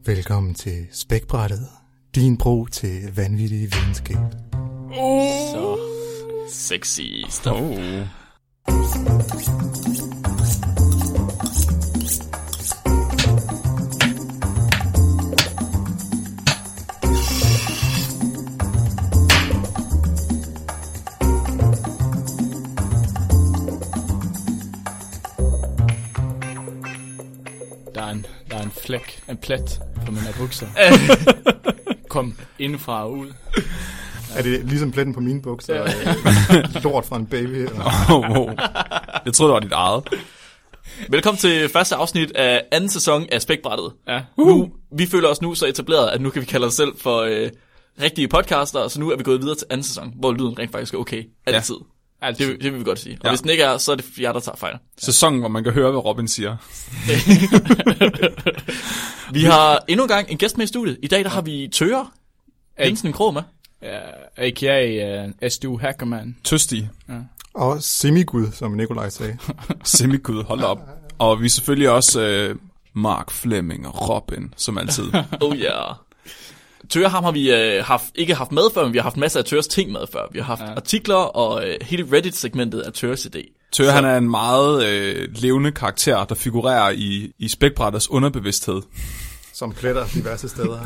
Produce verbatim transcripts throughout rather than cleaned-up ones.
Velkommen til Spækbrættet, din bro til vanvittig videnskab. Oh. Så sexy stuff. Oh. Der er en, der er en flæk, en plet på mine bukser. Kom indefra og ud. Ja. Er det ligesom pletten på mine bukser? Ja. Lort fra en baby? Oh, oh. Jeg troede, det var dit eget. Velkommen til første afsnit af anden sæson af Spækbrættet. Ja. Uh. Nu, vi føler os nu så etableret, at nu kan vi kalde os selv for øh, rigtige podcaster, så nu er vi gået videre til anden sæson, hvor lyden rent faktisk er okay. Altid. Ja. Altid. Det, det vil vi godt sige. Og ja. hvis den ikke er, så er det jer, der tager fejl. Sæsonen, hvor man kan høre, hvad Robin siger. Vi har endnu en gang en gæst med i studiet. I dag der har vi Tøre Jensen Krog med. Ja, A K A uh, S D U Hackerman. Tøstig. Ja. Og semigud, som Nikolaj sagde. Semigud, hold op. Og vi er selvfølgelig også uh, Mark Flemming og Robin, som altid. Oh yeah. Tøre ham har vi øh, haft, ikke haft med før, men vi har haft masser af Tøres ting med før. Vi har haft ja. artikler og øh, hele Reddit-segmentet af Tøres idé. Tøre, han er en meget øh, levende karakter, der figurerer i, i Spækbrættets underbevidsthed. Som pletter diverse steder.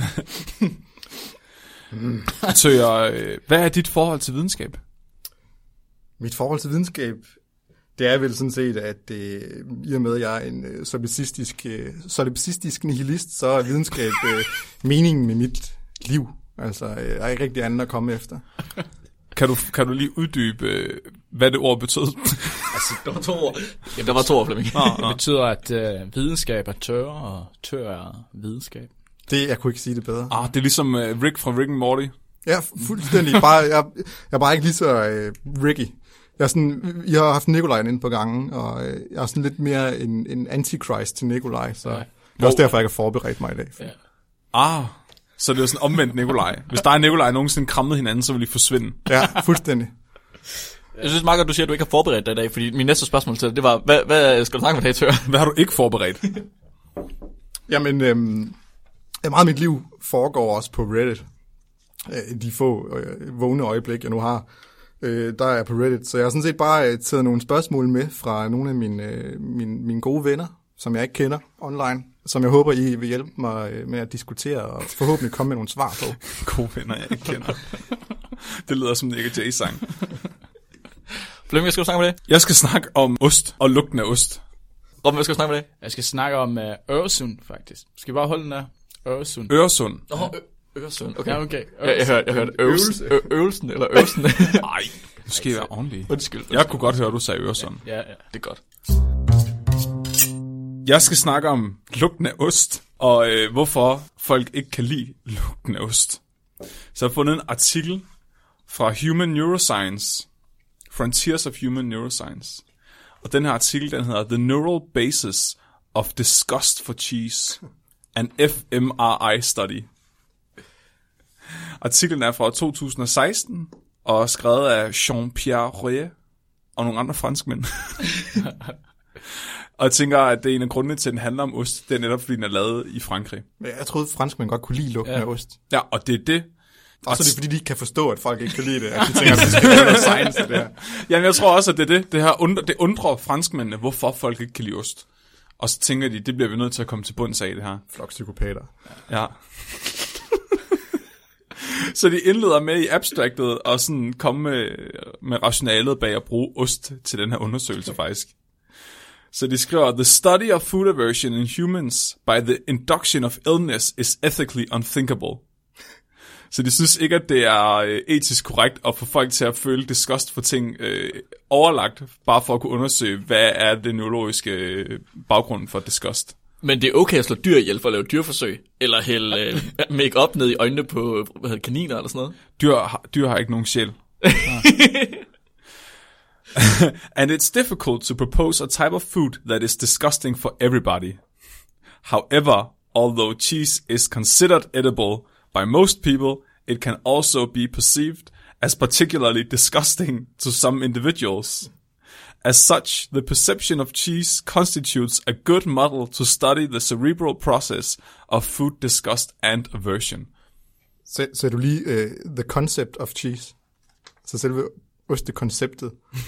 mm. Tøre, øh, hvad er dit forhold til videnskab? Mit forhold til videnskab, det er vel sådan set, at øh, i og med, at jeg er en øh, solipsistisk, øh, solipsistisk nihilist, så er videnskab øh, meningen med mit liv. Altså, øh, jeg er ikke rigtig andet at komme efter. Kan du, kan du lige uddybe, hvad det ord betød? Altså, der var to ord. Jamen, der var to ord, Flemming. Det betyder, at øh, videnskab er tør, og tør er videnskab. Det, jeg kunne ikke sige det bedre. Ah, det er ligesom uh, Rick fra Rick and Morty. Ja, fuldstændig. Bare, jeg, jeg er bare ikke lige så øh, Ricky. Jeg, er sådan, jeg har haft Nikolaj inde på gangen, og øh, jeg er sådan lidt mere en, en antichrist til Nikolaj, så ja. Det er også derfor, jeg kan forberede mig i dag. Ja. Ah, så det er sådan omvendt Nikolaj. Hvis der er Nikolaj nogensinde krammede hinanden, så vil de forsvinde. Ja, fuldstændig. Jeg synes, Marker, du siger, at du ikke har forberedt dig i dag, fordi min næste spørgsmål til dig, det var, hvad, hvad skal du snakke med dig, Tør? Hvad har du ikke forberedt? Jamen, øhm, meget af mit liv foregår også på Reddit. De få øh, vågne øjeblik, jeg nu har, øh, der er jeg på Reddit. Så jeg har sådan set bare øh, taget nogle spørgsmål med fra nogle af mine, øh, mine, mine gode venner, som jeg ikke kender online, som jeg håber, I vil hjælpe mig med at diskutere, og forhåbentlig komme med nogle svar på. Gode venner, jeg ikke kender. Det lyder som en Nick og Jay-sang. Flemming, hvad skal du snakke med det? Jeg skal snakke om ost og lugten af ost. Robin, hvad skal du snakke med det? Jeg skal snakke om uh, Øresund, faktisk. Skal vi bare holde den der? Øresund. Øresund. Åh, oh, Øresund. Okay. Ja, okay. Jeg, jeg hørte, jeg hørte øvelsen, ø- øvelsen eller øvelsen. Nej, du skal være ordentlig. Undskyld. Jeg kunne godt høre, at du sagde Øresund. Ja, ja, det er godt. Jeg skal snakke om lugten af ost, og øh, hvorfor folk ikke kan lide lugten af ost. Så jeg har fundet en artikel fra Human Neuroscience, Frontiers of Human Neuroscience. Og den her artikel, den hedder The Neural Basis of Disgust for Cheese, an F M R I Study. Artiklen er fra to tusind og seksten, og skrevet af Jean-Pierre Royer og nogle andre franskmænd. Og jeg tænker, at det er en af grundene til, at den handler om ost. Det er netop, fordi den er lavet i Frankrig. Jeg troede, franskmænd godt kunne lide lugten ja. af ost. Ja, og det er det. Og så er det, fordi de ikke kan forstå, at folk ikke kan lide det. At de tænker, at det skal være noget science, det der. Jamen, jeg tror også, at det er det. Det, her undrer, det undrer franskmændene, hvorfor folk ikke kan lide ost. Og så tænker de, det bliver vi nødt til at komme til bunds af, det her. Flok psykopater. Ja. Så de indleder med i abstractet og sådan komme med, med rationalet bag at bruge ost til den her undersøgelse faktisk. Så de skriver, The study of food aversion in humans by the induction of illness is ethically unthinkable. Så de synes ikke, at det er øh, etisk korrekt at få folk til at føle disgust for ting øh, overlagt, bare for at kunne undersøge, hvad er det neurologiske øh, baggrund for disgust. Men det er okay at slå dyr ihjel for at lave dyrforsøg, eller hælde øh, make-up ned i øjnene på hvad hedder, kaniner eller sådan noget? Dyr, dyr har ikke nogen sjæl. And it's difficult to propose a type of food that is disgusting for everybody. However, although cheese is considered edible by most people, it can also be perceived as particularly disgusting to some individuals. As such, the perception of cheese constitutes a good model to study the cerebral process of food disgust and aversion. Så, så er du lige uh, the concept of cheese. Så selve ostekonceptet.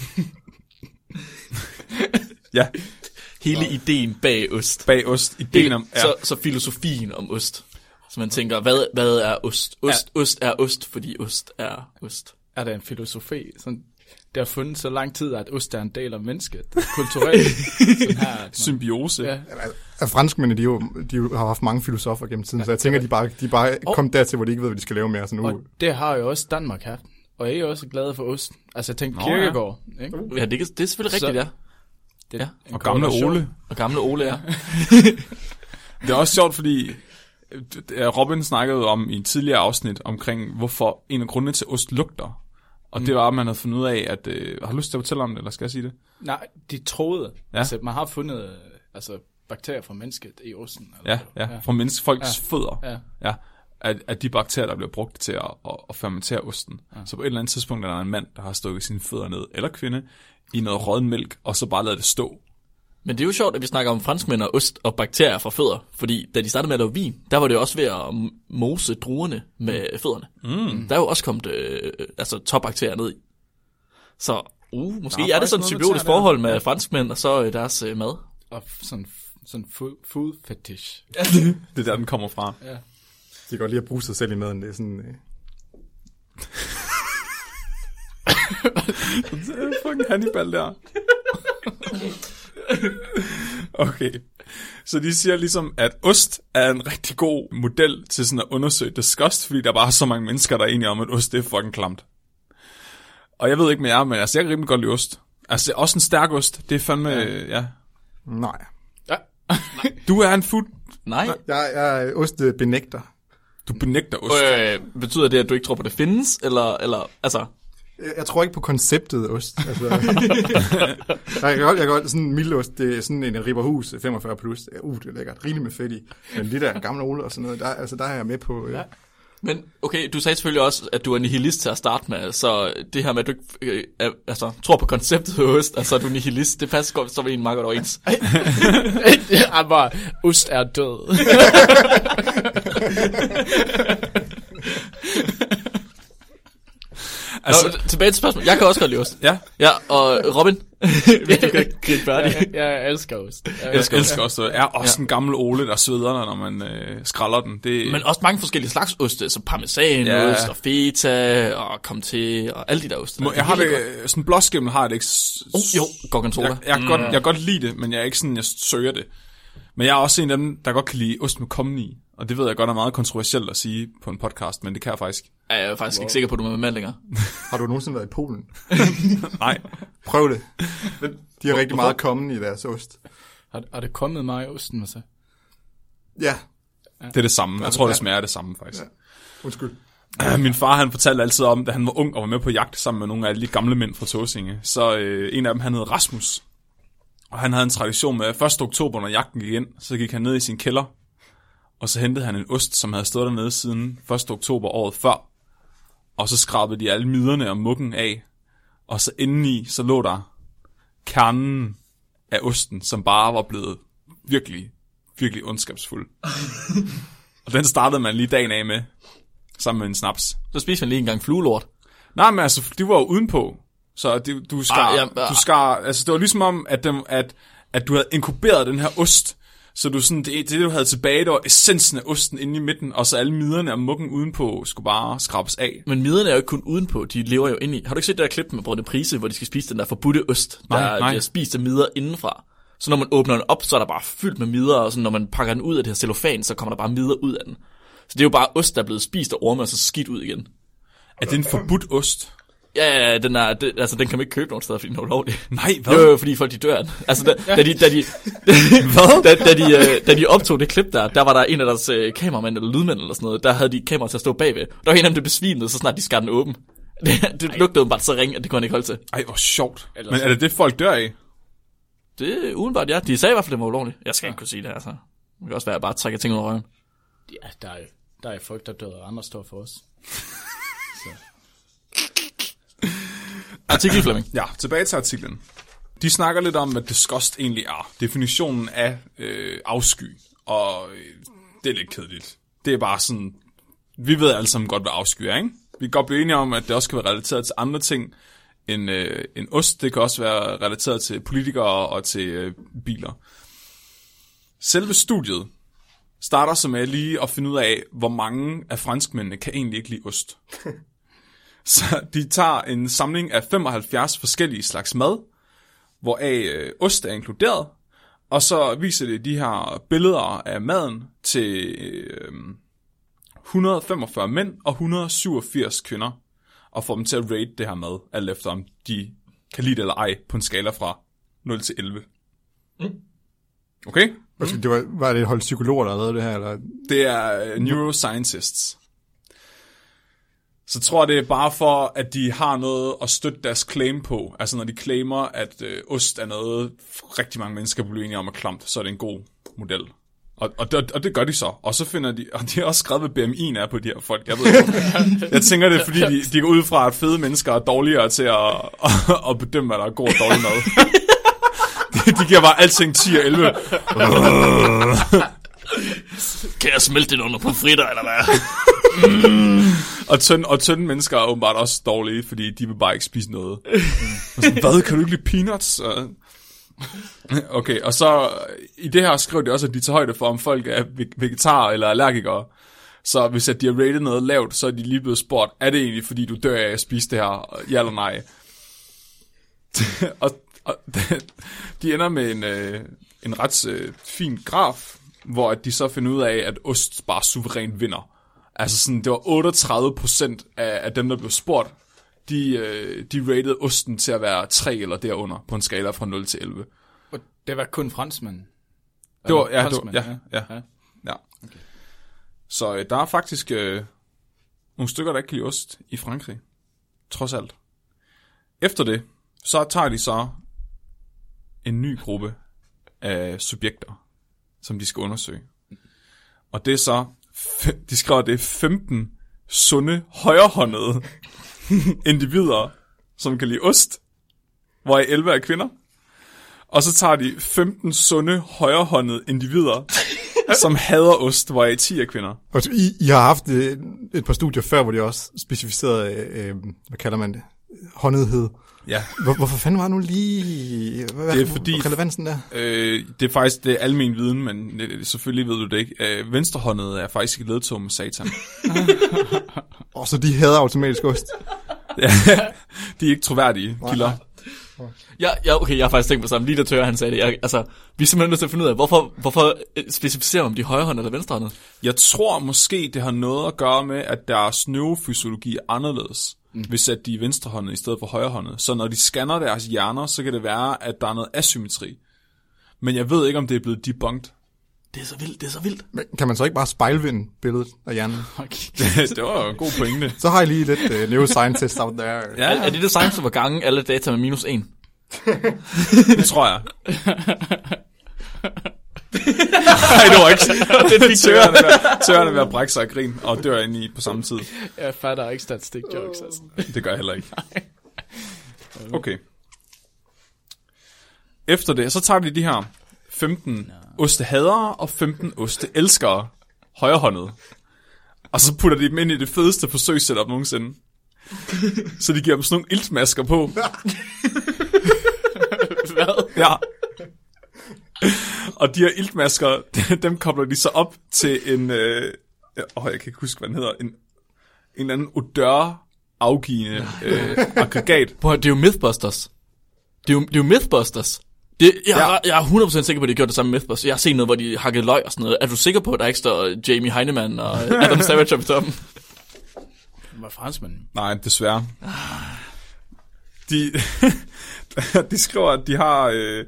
Ja. Hele wow. ideen bag ost. Bag ost. Ideen om... Ja. Så, så filosofien om ost. Så man tænker, hvad, hvad er ost? Ost, ja. Ost er ost, fordi ost er ost. Er der en filosofi? Sådan, det har fundet så lang tid, at ost er en del af mennesket. Kulturelt. Sådan her, man, symbiose. Ja. Ja, franskmændene, de, jo, de jo har haft mange filosofer gennem tiden, ja, så jeg tænker, de bare, de bare oh. kom dertil, hvor de ikke ved, hvad de skal lave mere. Sådan, og det har jo også Danmark haft. Og jeg er også glad for ost. Altså, jeg tænkte Kierkegaard. Ja, ikke? Ja, det, er, det er selvfølgelig så, rigtigt, ja. Det, ja. Og gamle Ole. Og gamle Ole, ja. Det er også sjovt, fordi Robin snakkede om i et tidligere afsnit omkring, hvorfor en af grundene til ost lugter. Og mm. det var, at man havde fundet ud af, at... Øh, har du lyst til at fortælle om det, eller skal jeg sige det? Nej, de troede. Ja. Altså, man har fundet altså, bakterier fra mennesket i osten. Eller, ja, ja, ja, fra menneske, folks ja. fødder. Ja. Ja. At, at de bakterier, der bliver brugt til at, at, at fermentere osten. Ja. Så på et eller andet tidspunkt er der en mand, der har stukket sine fødder ned, eller kvinde, i noget rådden mælk, og så bare lader det stå. Men det er jo sjovt, at vi snakker om franskmænd og ost og bakterier fra fødder. Fordi da de startede med at lave vin, der var det jo også ved at mose druerne med fødderne. Mm. Der er jo også kommet øh, altså topbakterier ned i. Så uh, måske ja, er det sådan et symbiotisk forhold med franskmænd og så øh, deres øh, mad. Og sådan, sådan food fetish. Det er der, den kommer fra. Ja. De kan godt lide at bruge sig selv i maden. Det er sådan... Øh... det er fucking Hannibal der. Okay. Så de siger ligesom, at ost er en rigtig god model til sådan at undersøge disgust, fordi der bare er så mange mennesker, der er enige om, at ost det er fucking klamt. Og jeg ved ikke med jer, men altså, jeg kan rimelig godt lide ost. Altså, også en stærk ost. Det er fandme... Ja. ja. Nej. Ja. Du er en food... Nej. Jeg, jeg er ostebenægter. Du benægter ost. Øh, betyder det, at du ikke tror på, det findes? Eller, eller altså... Jeg, jeg tror ikke på konceptet ost. Altså, jeg kan godt, jeg kan godt, sådan en mildost, det er sådan en Ribberhus femogfyrre plus. Uh, det er lækkert. Rigeligt med fedt i. Men de der gamle Ole og sådan noget, der, altså, der er jeg med på... Ja. Men okay, du sagde selvfølgelig også, at du er nihilist til at starte med, så det her med, at du ikke øh, altså, tror på konceptet ost, altså du er nihilist, det passer godt, så er vi en meget godt overens. Jeg bare, ost er død. Altså, Nå, tilbage til spørgsmålet. Jeg kan også godt lide ost. Ja. Ja, og Robin, hvis du kan grine færdig. Jeg, jeg elsker ost. Jeg elsker, elsker ost. Jeg er også ja. en gammel Ole, der sveder, når man øh, skralder den. Det... Men også mange forskellige slags oste, så parmesan, ja. ost og feta og comté og alle de der oste. Må, jeg har det, godt. Sådan blåskimmel har jeg det ikke... Oh, jo, gorgonzola. Jeg, jeg, mm. godt, jeg kan godt lide det, men jeg er ikke sådan, jeg søger det. Men jeg er også en af dem, der godt kan lide ost med kommen i. Og det ved jeg godt er meget kontroversielt at sige på en podcast, men det kan jeg faktisk. Jeg er faktisk wow. ikke sikker på, at du er med med længere. Har du nogensinde været i Polen? Nej. Prøv det. De har rigtig meget kommen i deres ost. Har, har det kommet meget i osten, altså? Ja. Det er det samme. Jeg tror, det smager det samme, faktisk. Ja. Undskyld. Min far, han fortalte altid om, da han var ung og var med på jagt sammen med nogle af de gamle mænd fra Tåsinge. Så øh, en af dem, han hed Rasmus. Og han havde en tradition med, at første oktober, når jagten gik ind, så gik han ned i sin kælder. Og så hentede han en ost, som havde stået dernede siden første oktober året før. Og så skrabede de alle miderne og muggen af. Og så indeni, så lå der kernen af osten, som bare var blevet virkelig, virkelig ondskabsfuld. Og den startede man lige dagen af med, sammen med en snaps. Så spiste man lige en gang fluelort. Nej, men altså, de var jo udenpå. Så det, du skar, ah, ja, ja. du skar, altså det var ligesom om, at, dem, at, at du havde inkuberet den her ost. Så du sådan, det, det du havde tilbage, det var essensen af osten inde i midten, og så alle miderne og muggen udenpå skulle bare skrabes af. Men miderne er jo ikke kun udenpå, de lever jo inde i. Har du ikke set det der klip med Brønde Prise, hvor de skal spise den der forbudte ost, der nej, nej. de har spist af midder indenfra? Så når man åbner den op, så er der bare fyldt med midder, og så når man pakker den ud af det her cellofan, så kommer der bare midder ud af den. Så det er jo bare ost, der er blevet spist af orme, og så skidt ud igen. Er det en forbudt ost? Ja, ja, den er, det, altså den kan man ikke købe nogen steder, fordi den er ulovlig. Nej, hvad? Jo, jo, fordi folk de dør. Altså da, da de, da de, hvad? Da, da, de, da de optog det klip der, der var der en af deres uh, kameramænd eller lydmænd eller sådan noget, der havde de kamera til at stå bagved. Der var en af dem, der besvimede, så snart de skar den åben. Det, det lugtede bare så ring, at det kunne han ikke holde til. Ej, hvor sjovt. Ellers. Men er det det, folk dør af? Det er udenbart, ja. De sagde i hvert fald, det var ulovligt. Jeg skal ja. ikke kunne sige det, altså. Det kan også være, at jeg bare trækker ting ud af røven. Ja, der er, der er folk, der dør, og andre står for os. Så. Artikel, Flemming. Ja, tilbage til artiklen. De snakker lidt om, hvad disgust egentlig er. Definitionen af øh, afsky. Og øh, det er lidt kedeligt. Det er bare sådan... Vi ved alle sammen godt, hvad afsky er, ikke? Vi kan godt blive enige om, at det også kan være relateret til andre ting end, øh, end ost. Det kan også være relateret til politikere og til øh, biler. Selve studiet starter så med lige at finde ud af, hvor mange af franskmændene kan egentlig ikke lide ost. Så de tager en samling af femoghalvfjerds forskellige slags mad, hvoraf øh, ost er inkluderet, og så viser det de her billeder af maden til øh, et hundrede og femogfyrre mænd og et hundrede og syvogfirs kvinder, og får dem til at rate det her mad, alt efter om de kan lide det eller ej, på en skala fra nul til elleve. Mm. Okay? Mm. Det var, var det et hold psykologer, der lavede det her? Eller? Det er uh, neuroscientists. Så tror jeg, det er bare for, at de har noget at støtte deres claim på. Altså når de claimer, at øh, ost er noget, rigtig mange mennesker bliver enige om er klamt, så er det en god model. Og, og, og, og det gør de så. Og så finder de, og de har også skrevet, hvad B M I'en er på de her folk. Jeg ved ikke. Jeg tænker det, er, fordi de, de går ud fra, at fede mennesker er dårligere til at, at, at bedømme, hvad der er god og dårlig mad. de, de giver bare alting ti og elleve. Kan jeg smelte det under pomfritter, eller hvad? mm. Og tynde, og tynde mennesker er åbenbart også dårlige, fordi de vil bare ikke spise noget. Sådan, hvad, kan du ikke lide peanuts? Okay, og så i det her skriver de også, at de tager højde for, om folk er vegetarer eller allergikere. Så hvis at de har rated noget lavt, så er de lige blevet spurgt, er det egentlig, fordi du dør af at spise det her? Ja eller nej? og, og de ender med en, en ret øh, fin graf, hvor de så finder ud af, at ost bare suverænt vinder. Altså sådan, det var otteogtredive procent af, af dem, der blev spurgt, de, øh, de rated osten til at være tre eller derunder, på en skala fra nul til elleve. Og det var kun franskmænd? Det var, ja, det var, ja, ja, ja. ja. Okay. Så øh, der er faktisk øh, nogle stykker, der ikke kan lide ost i Frankrig. Trods alt. Efter det, så tager de så en ny gruppe af subjekter, som de skal undersøge. Og det er så, de skriver, det er femten sunde, højrehåndede individer, som kan lide ost, hvor elleve er kvinder. Og så tager de femten sunde, højrehåndede individer, som hader ost, hvor ti er kvinder. Og I, I har haft et, et par studier før, hvor de også specificerede, øh, hvad kalder man det, håndedhed. Ja. Hvor, hvorfor fanden var nu lige... Hvad, det er fordi... relevansen der? Øh, det er faktisk det er almen viden, men det, selvfølgelig ved du det ikke. Øh, venstrehåndet er faktisk ikke ledtog med satan. Og så de hader automatisk ost. Ja, de er ikke troværdige kilder. Ja, ja, okay, jeg har faktisk tænkt på sammen. Lige da Tør, han sagde det. Jeg, altså, vi er simpelthen nødt til at finde ud af, hvorfor, hvorfor specificerer man de højrehåndede eller venstrehåndede? Jeg tror måske, det har noget at gøre med, at deres neurofysiologi er anderledes, mm. hvis at de er venstrehåndede i stedet for højrehåndede. Så når de scanner deres hjerner, så kan det være, at der er noget asymmetri. Men jeg ved ikke, om det er blevet debunked. Det er så vildt, det er så vildt. Men kan man så ikke bare spejlvinde billedet af hjernen? Okay. det var jo en god pointe. Så har I lige lidt uh, neuroscientist out there. Ja, ja. Er det det science, hvor gange alle data med minus en? Det tror jeg. Nej, det var ikke. Det fik tørerne ved, tørerne ved at brække sig af grin og dør ind i på samme tid. Jeg fatter ikke statistik jokes, altså. Det gør jeg heller ikke. Okay. Efter det, så tager de de her femten ostehadere og femten osteelskere højrehåndede. Og så putter de dem ind i det fedeste forsøgssetup nogensinde. Så de giver dem sådan nogle iltmasker på. Hvad? Ja. Og de her iltmasker, dem kobler de så op til en... Øh, åh, jeg kan ikke huske, hvad den hedder. En, en eller anden odør afgivende øh, aggregat. Prøv, det er jo Mythbusters. Det er jo, det er jo Mythbusters. Det, jeg, ja. jeg er hundrede procent sikker på, at de har gjort det samme med Mythbusters. Jeg har set noget, hvor de hakkede løg og sådan noget. Er du sikker på, at der ikke står Jamie Heinemann og Adam Savage på toppen? Det var franskmænd. Nej, desværre. De, de skriver, at de har... Øh,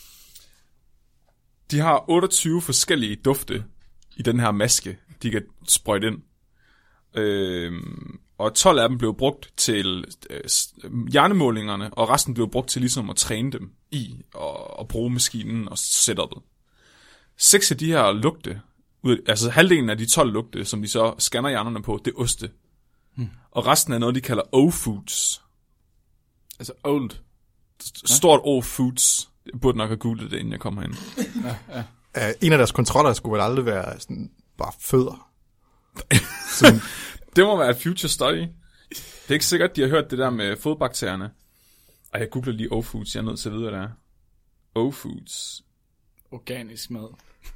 de har otteogtyve forskellige dufte i den her maske, de kan sprøjte ind. Øh, og tolv af dem blev brugt til øh, hjernemålingerne, og resten blev brugt til ligesom at træne dem i og, og bruge maskinen og setupet. Seks af de her lugte, altså halvdelen af de tolv lugte, som de så scanner hjernerne på, det er oste. Hmm. Og resten er noget, de kalder O-foods. Altså old. Stort O Foods. Jeg burde nok have googlet det, inden jeg kommer ind. Ja, ja. Uh, en af deres kontroller skulle vel aldrig være sådan, bare fødder. Sådan, Det må være et future study. Det er ikke sikkert, de har hørt det der med fodbakterierne. Ej, jeg googler lige O Foods. Jeg er nødt til at vide, hvad det er. O Foods. Organisk mad.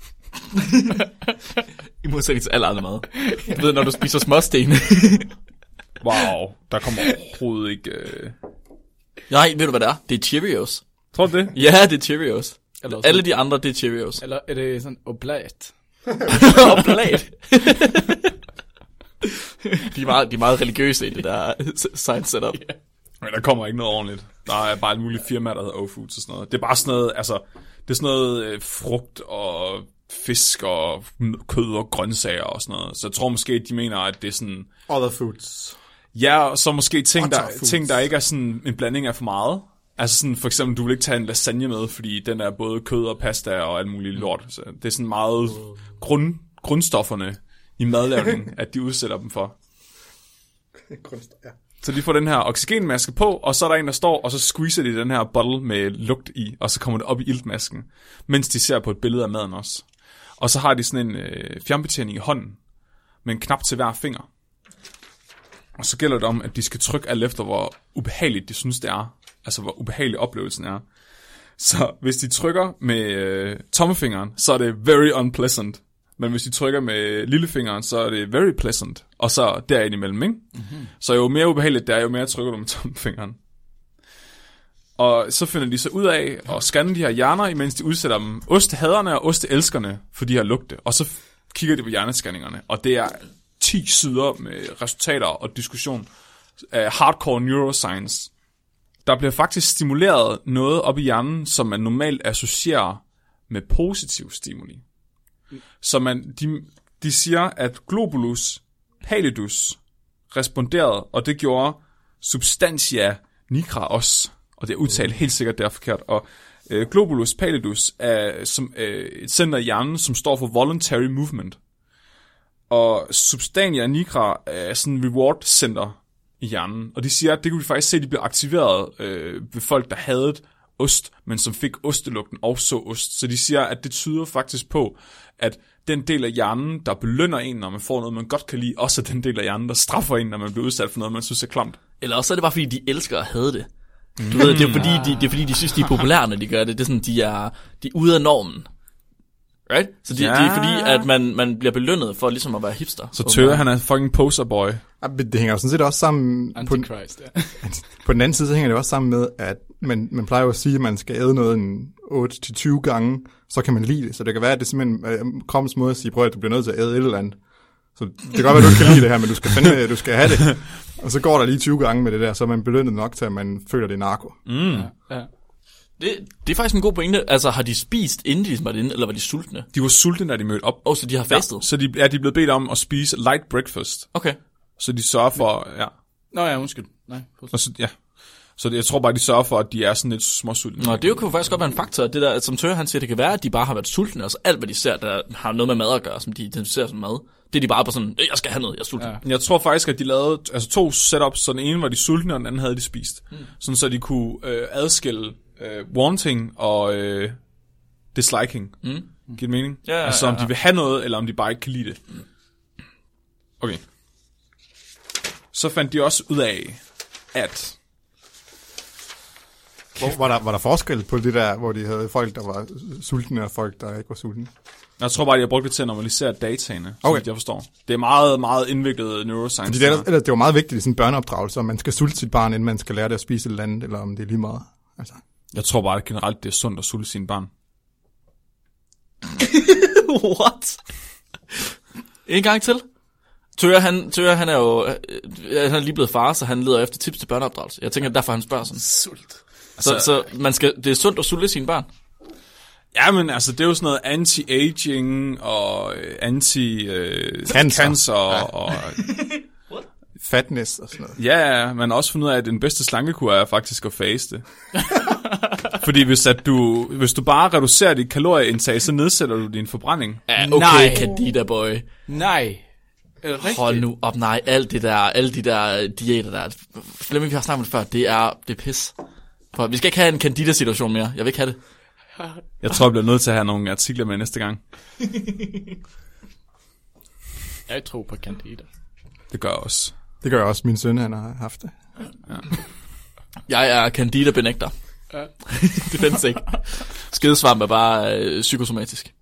I modsætning til alle andre mad. Du ved, når du spiser småsten. Wow, der kommer overhovedet ikke... Øh... Nej, ved du hvad det er? Det er Cheerios. Tror du det? Ja, det er Cheerios. Eller Alle de andre, det er Cheerios. Eller er det sådan oblat? Oblat. de, er meget, de er meget religiøse i det der science setup. Yeah. Men der kommer ikke noget ordentligt. Der er bare et muligt firma, der hedder O Foods og sådan noget. Det er bare sådan noget, altså... Det er sådan noget øh, frugt og fisk og kød og grøntsager og sådan noget. Så jeg tror måske, at de mener, at det er sådan... other foods. Ja, og så måske ting, der, Other ting, der ikke er sådan en blanding af for meget. Altså sådan, for eksempel, du vil ikke tage en lasagne med, fordi den er både kød og pasta og alt muligt lort. Så det er sådan meget grund, grundstofferne i madlavningen, at de udsætter dem for. Ja. Så de får den her oxygenmaske på, og så er der en, der står, og så squeezer de den her bottle med lugt i, og så kommer det op i iltmasken, mens de ser på et billede af maden også. Og så har de sådan en øh, fjernbetjening i hånden, med en knap til hver finger. Og så gælder det om, at de skal trykke alt efter, hvor ubehageligt de synes, det er. Altså, hvor ubehagelig oplevelsen er. Så hvis de trykker med øh, tommefingeren, så er det very unpleasant. Men hvis de trykker med lillefingeren, så er det very pleasant. Og så derinde imellem, ikke? Mm-hmm. Så jo mere ubehageligt det er, jo mere trykker du med tommefingeren. Og så finder de så ud af at scanne de her hjerner, imens de udsætter dem ostehaderne og osteelskerne for de her lugte. Og så kigger de på hjernescanningerne. Og det er ti sider med resultater og diskussion af hardcore neuroscience. Der bliver faktisk stimuleret noget op i hjernen, som man normalt associerer med positiv stimuli. Så man, de, de siger, at globulus pallidus responderede, og det gjorde substantia nigra også. Og det er udtalt helt sikkert, det er forkert. Og øh, globulus pallidus er som, øh, et center i hjernen, som står for voluntary movement. Og substantia nigra er sådan en reward center i hjernen. Og de siger, at det kunne vi faktisk se, at de blev aktiveret øh, ved folk, der havde ost, men som fik ostelugten og så ost. Så de siger, at det tyder faktisk på, at den del af hjernen, der belønner en, når man får noget, man godt kan lide, også er den del af hjernen, der straffer en, når man bliver udsat for noget, man synes er klamt. Eller også er det bare, fordi de elsker at have det. Du mm. ved, det er, fordi, de, det er fordi, de synes, de er populære, når de gør det. Det er sådan, de er, de er ude af normen. Right? Så det, ja. det er fordi, at man, man bliver belønnet for ligesom at være hipster. Så Tøger, han er fucking poserboy. Ja, det hænger jo sådan set også sammen... På den, ja. på den anden side, så hænger det også sammen med, at man, man plejer jo at sige, at man skal æde noget en otte til tyve gange, så kan man lide det. Så det kan være, at det er simpelthen øh, kroppens måde at sige, prøv at du bliver nødt til at æde et eller andet. Så det kan godt være, at du ikke kan lide det her, men du skal fandme, du skal have det. Og så går der lige tyve gange med det der, så er man belønnet nok til, at man føler, det er narko. Mm. Ja, ja. Det, det er faktisk en god pointe. Altså, har de spist, inden de var inde, eller var de sultne? De var sultne, da de mødte op. Oh, så de har fastet? Ja, så de, ja, de er blevet bedt om at spise light breakfast. Okay. Så de sørger for, ja. Nå ja, undskyld. Nej, og så, ja. Så jeg tror bare, de sørger for, at de er sådan lidt småsultne. Nå, det kunne faktisk godt være en faktor. Det der, som Tøger, han siger, det kan være, at de bare har været sultne, og så alt, hvad de ser, der har noget med mad at gøre, som de identificerer som mad. Det er de bare på sådan, jeg skal have noget, jeg er sulten. Ja. Jeg tror faktisk, at de lavede altså to setups, så den ene var de sultne, og den anden havde de spist. Mm. Sådan så de kunne øh, adskille øh, wanting og øh, disliking. Mm. Giver det mening? Ja, ja, altså om ja, ja. de vil have noget, eller om de bare ikke kan lide det. Okay. Så fandt de også ud af, at... Hvor, var, der, var der forskel på det der, hvor de havde folk, der var sultne, og folk, der ikke var sultne? Jeg tror bare, de har brugt det til at normalisere dataene, okay. så jeg forstår. Det er meget, meget indviklet neuroscience. Fordi det, er, eller, det var meget vigtigt i sådan en børneopdragelse, om man skal sulte sit barn, inden man skal lære det at spise et eller andet, eller om det er lige meget. Altså. Jeg tror bare, at generelt det er sundt at sulte sine barn. What? En gang til? Tøger, han, Tøger, han er jo han er lige blevet far, så han leder efter tips til børneopdragelse. Jeg tænker, derfor han spørger sådan. Sult. Så, altså, så man skal, det er sundt at sulte sine barn? Ja, men altså, det er jo sådan noget anti-aging og anti-cancer øh, ja. og... fatness og sådan noget. Ja, man har også fundet ud af, at den bedste slankekur er faktisk at faste. Fordi hvis, at du, hvis du bare reducerer dit kalorieindtag, så nedsætter du din forbrænding. Ja, okay, nej. Candida boy. Nej. Hold nu op, nej, alt det der, alle de der diæter der, Flemming, vi har snakket om det før, det er, det er pis. For vi skal ikke have en Candida-situation mere. Jeg vil ikke have det. Jeg tror, jeg bliver nødt til at have nogle artikler med næste gang. Jeg tror på Candida. Det gør jeg også. Det gør jeg også. Min søn, han har haft det. Ja. Jeg er Candida-benægter. Ja. Det findes ikke. Skedesvamp er bare øh, psykosomatisk.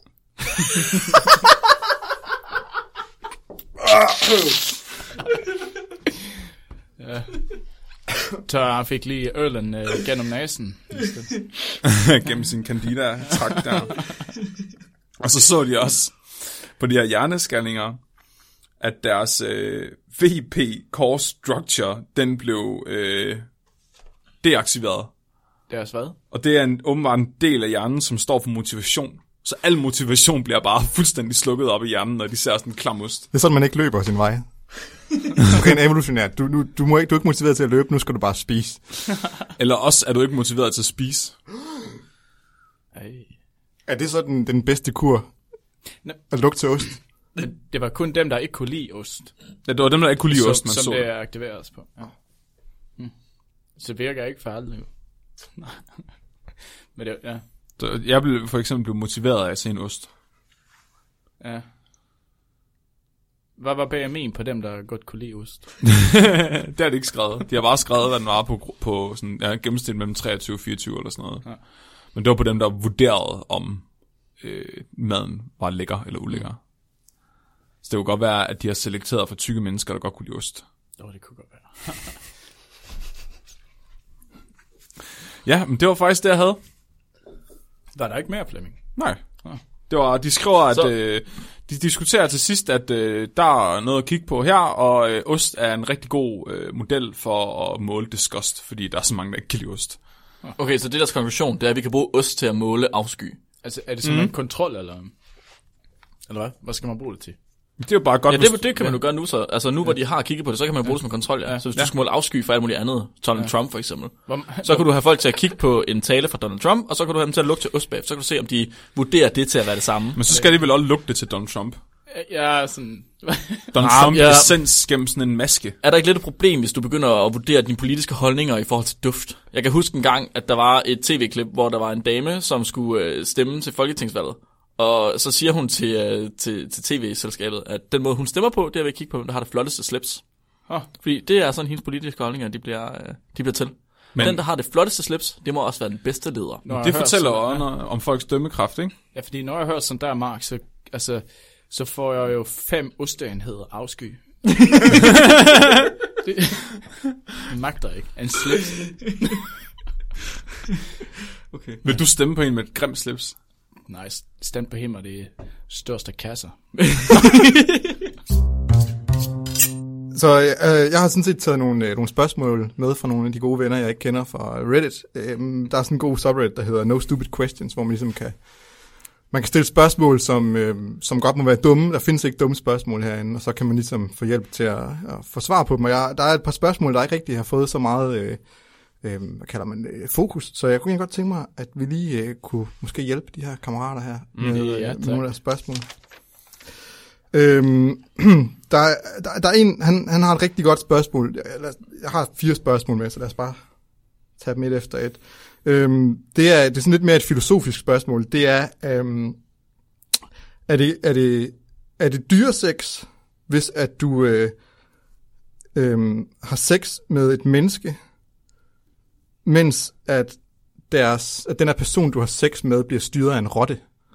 Ja. Så han fik lige øllen øh, gennem næsen. Gennem sin Candida-trakt der. Og så så de også på de her hjerneskanninger, at deres øh, V P core structure, den blev øh, deaktiveret. Deres hvad? Og det er en åbenbart en del af hjernen, som står for motivation. Så al motivation bliver bare fuldstændig slukket op i hjernen, når de ser sådan en klamost. Det er sådan, man ikke løber sin vej. Okay, en evolutionær. Du, du, du, må ikke, du er ikke motiveret til at løbe, nu skal du bare spise. Eller også er du ikke motiveret til at spise. Ej. Er det så den, den bedste kur? Nå. At lugte til ost? Det, det var kun dem, der ikke kunne lide ost. Ja, det var dem, der ikke kunne lide som, ost, man som så. det aktiveres på. Ja. Hmm. Så det virker ikke for alle. Men det, ja. Så jeg blev for eksempel blev motiveret af at se en ost. Ja. Hvad var B M I'en på dem, der godt kunne lide ost? Det er det ikke skrevet. De har bare skrevet, hvad den var på, på sådan, ja, gennemsnit mellem treogtyve og fireogtyve eller sådan noget. Ja. Men det var på dem, der vurderede, om øh, maden var lækker eller ulækker. Mm. Så det kunne godt være, at de har selekteret for tykke mennesker, der godt kunne lide ost. Jo, det kunne godt være. Ja, men det var faktisk det, jeg havde. Var der ikke mere, Flemming? Nej. Det var, de skriver, at øh, de diskuterer til sidst, at øh, der er noget at kigge på her, og øh, ost er en rigtig god øh, model for at måle disgust, fordi der er så mange, der ikke kan lide ost. Okay, så det deres konklusion, det er, at vi kan bruge ost til at måle afsky. Altså, er det sådan mm. en kontrol, eller, eller hvad? Hvad skal man bruge det til? Det er jo bare godt. Ja, det, det kan man jo gøre nu så. Altså nu, ja. hvor de har kigget på det, så kan man bruge det som kontrol, ja. Så hvis ja. du skal måle afsky for alt muligt andet, Donald ja. Trump for eksempel, så kan du have folk til at kigge på en tale fra Donald Trump, og så kan du have dem til at lugte til ost bag. Så kan du se, om de vurderer det til at være det samme. Men så skal de vel også lugte til Donald Trump. Ja, sådan... Donald Trump ja. essens gennem sådan en maske. Er der ikke lidt et problem, hvis du begynder at vurdere dine politiske holdninger i forhold til duft? Jeg kan huske en gang, at der var et tv-klip, hvor der var en dame, som skulle stemme til folketingsvalget. Og så siger hun til, uh, til, til tv-selskabet, at den måde, hun stemmer på, det er ved at kigge på, hvem der har det flotteste slips. Oh. Fordi det er sådan, hendes politiske holdninger, de bliver, uh, de bliver til. Men den, der har det flotteste slips, det må også være den bedste leder. Når det fortæller også ja. om folks dømmekraft, ikke? Ja, fordi når jeg hører sådan der, Mark, så, altså, så får jeg jo fem osteenheder afsky. det magter ikke. En slips. Okay. Vil du stemme på en med et grimt slips? Nej, stem på him, og det er største kasser. Så øh, jeg har sådan set taget nogle, øh, nogle spørgsmål med fra nogle af de gode venner, jeg ikke kender fra Reddit. Øh, der er sådan en god subreddit, der hedder No Stupid Questions, hvor man ligesom kan, man kan stille spørgsmål, som, øh, som godt må være dumme. Der findes ikke dumme spørgsmål herinde, og så kan man ligesom få hjælp til at, at få svar på dem. Og jeg, der er et par spørgsmål, der ikke rigtig har fået så meget... Øh, Øh, hvad kalder man det, fokus. Så jeg kunne godt tænke mig, at vi lige øh, kunne måske hjælpe de her kammerater her med, mm, ja, med nogle af spørgsmål. Øhm, der, der, der er en, han, han har et rigtig godt spørgsmål. Jeg, jeg har fire spørgsmål med, så lad os bare tage dem et efter et. Øhm, det, er, det er sådan lidt mere et filosofisk spørgsmål. Det er, øhm, er det, er det, er det dyresex, hvis at du øh, øh, har sex med et menneske, mens at, deres, at den her person, du har sex med, bliver styret af en rotte.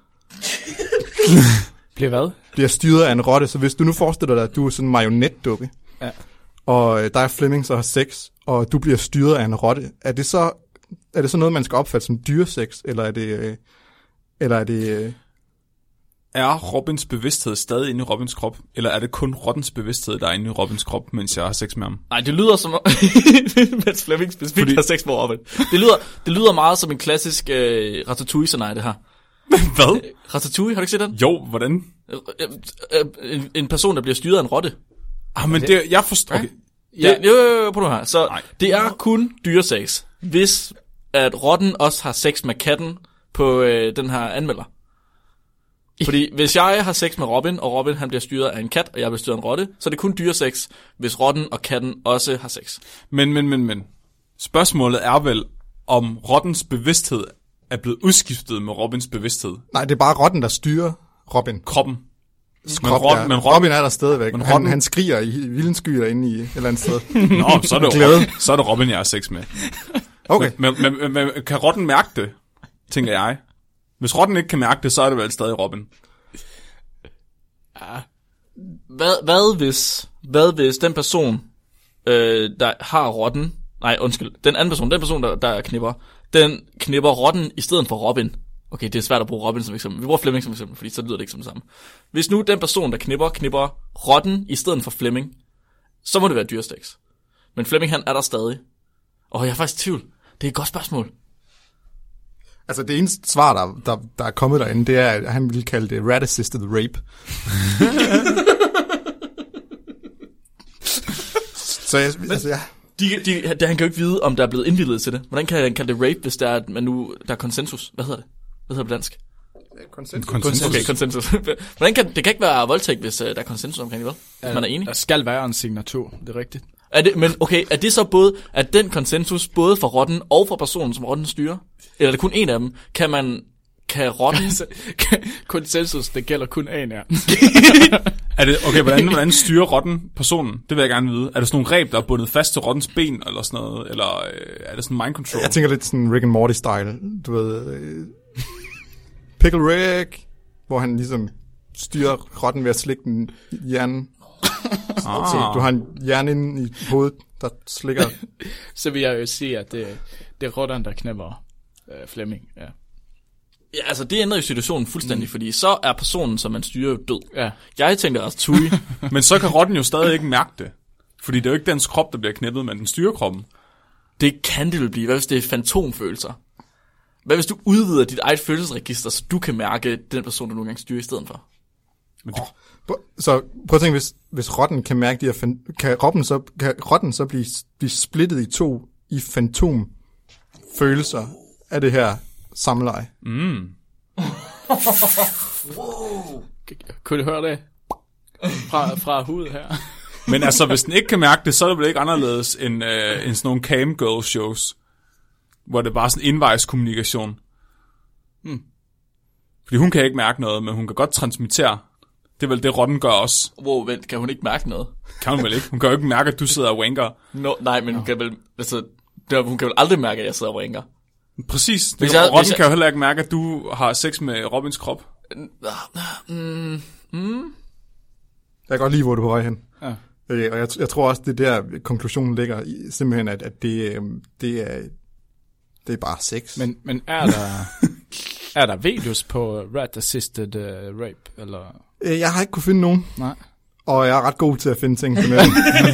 Bliver hvad? Bliver styret af en rotte. Så hvis du nu forestiller dig, at du er sådan en marionetdukke, ja. og der er Flemming, så har sex, og du bliver styret af en rotte, er det så, er det så noget, man skal opfatte som dyresex, eller er det... Øh, eller er det øh... Er Robins bevidsthed stadig inde i Robins krop, eller er det kun rottens bevidsthed, der er inde i Robins krop, mens jeg har sex med ham? Nej, det lyder som... mens Flemming specifikt Fordi... har sex med Robin. Det lyder, det lyder meget som en klassisk øh, Ratatouille-scenarie, det her. Hvad? Øh, Ratatouille, har du ikke set den? Jo, hvordan? Øh, øh, en, en person, der bliver styret af en rotte. Ah, men det, jeg forstår... Okay. Ja, jo, jo, jo, prøv nu her. Så Nej. Det er kun dyresex, hvis at rotten også har sex med katten på øh, den her anmelder. Fordi hvis jeg har sex med Robin, og Robin han bliver styret af en kat, og jeg bliver styret af en rotte, så er det kun dyresex, hvis rotten og katten også har sex. Men, men, men, men. Spørgsmålet er vel, om rottens bevidsthed er blevet udskiftet med Robins bevidsthed. Nej, det er bare rotten, der styrer Robin. Kroppen. Men, Rob, ja. men Robin, Robin er der stadigvæk. Men han, Robin... han skriger i vildens skyer inde i et eller andet sted. Nå, så er det, Robin, så er det Robin, jeg har sex med. Okay. Men, men, men, men kan rotten mærke det, tænker jeg? Hvis rotten ikke kan mærke det, så er det vel stadig Robin. Ja. Hvad, hvad, hvis, hvad hvis den person, øh, der har rotten, nej undskyld, den anden person, den person, der, der knipper, den knipper rotten i stedet for Robin. Okay, det er svært at bruge Robin som eksempel. Vi bruger Flemming som eksempel, fordi så lyder det ikke som det samme. Hvis nu den person, der knipper, knipper rotten i stedet for Flemming, så må det være dyresteks. Men Flemming, han er der stadig. Og jeg er faktisk i tvivl. Det er et godt spørgsmål. Altså det eneste svar, der, der, der er kommet derinde, det er, at han ville kalde det rat-assisted rape. Så jeg, altså, ja. De, de, de, han kan jo ikke vide, om der er blevet indvildet til det. Hvordan kan han kalde det rape, hvis der er, man nu, der er konsensus? Hvad hedder det? Hvad hedder det på dansk? Konsensus. Konsensus. Okay, konsensus. Hvordan kan, det kan ikke være voldtægt, hvis uh, der er konsensus omkring det, vel? Hvis man er enig. Der skal være en signatur, det er rigtigt. Er det, men okay, er det så både, at den konsensus både for rotten og for personen, som rotten styrer? Eller er det kun en af dem? Kan man, kan rotten... Konsensus, det gælder kun en af. Er det, okay, hvordan, hvordan styrer rotten personen? Det vil jeg gerne vide. Er det sådan nogle reb, der er bundet fast til rottens ben, eller sådan noget? Eller øh, er det sådan mind control? Jeg tænker lidt sådan Rick and Morty-style. Du ved... Øh, Pickle Rick, hvor han ligesom styrer rotten ved at slikke den i hjernen. Ah. Så du har en hjerne inde i hovedet, der slikker... Så vil jeg jo sige, at det, det er rotteren, der knæpper øh, Flemming. Ja. Ja, altså det ændrer jo situationen fuldstændig, mm. fordi så er personen, som man styrer, jo død. Ja. Jeg tænker også Tui. Men så kan rotten jo stadig ikke mærke det. Fordi det er jo ikke dens krop, der bliver knæppet, men den styrer kroppen. Det kan det vel blive. Hvad hvis det er fantomfølelser? Hvad hvis du udvider dit eget følelsesregister, så du kan mærke den person, du nogle gange styrer i stedet for? Men det... oh. Så prøv at tænke, hvis, hvis rotten kan mærke de her... Fan... Kan, rotten så, kan rotten så blive, blive splittet i to i fantomfølelser af det her samleje? Mm. Wow. Kunne du høre det? Fra, fra hovedet her. Men altså, hvis den ikke kan mærke det, så er det vel ikke anderledes end, øh, end sådan nogle camgirl shows, hvor det er bare sådan indvejskommunikation. Hmm. Fordi hun kan ikke mærke noget, men hun kan godt transmittere. Det er vel det, rotten gør også. Wow, vent, kan hun ikke mærke noget? Kan hun vel ikke? Hun kan jo ikke mærke, at du sidder og wanker. No, nej, men hun kan vel, altså, der, hun kan vel aldrig mærke, at jeg sidder og wanker. Præcis. Det hvis kan, jeg, rotten jeg... kan jo heller ikke mærke, at du har sex med Robins krop. Mm, mm. Jeg kan godt lide, hvor du er på vej hen. Ja. Og jeg, jeg tror også, det der konklusionen ligger i, simpelthen, at, at det, det, er, det er bare sex. Men, men er der er der videos på rat-assisted uh, rape? Eller? Jeg har ikke kunne finde nogen. Nej. Og jeg er ret god til at finde ting på nettet.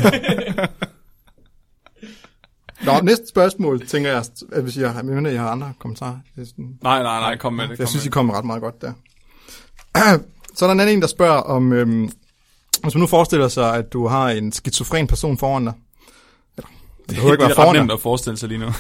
Nå, næste spørgsmål, tænker jeg, at hvis jeg, jeg, jeg har andre kommentarer. Nej, nej, nej, kom med det. Jeg synes, I kommer ret meget godt der. Så er der en anden en, der spørger om, øhm, hvis man nu forestiller sig, at du har en skizofren person foran dig. Eller, det, det, ikke det er ret nemt at forestille sig lige nu.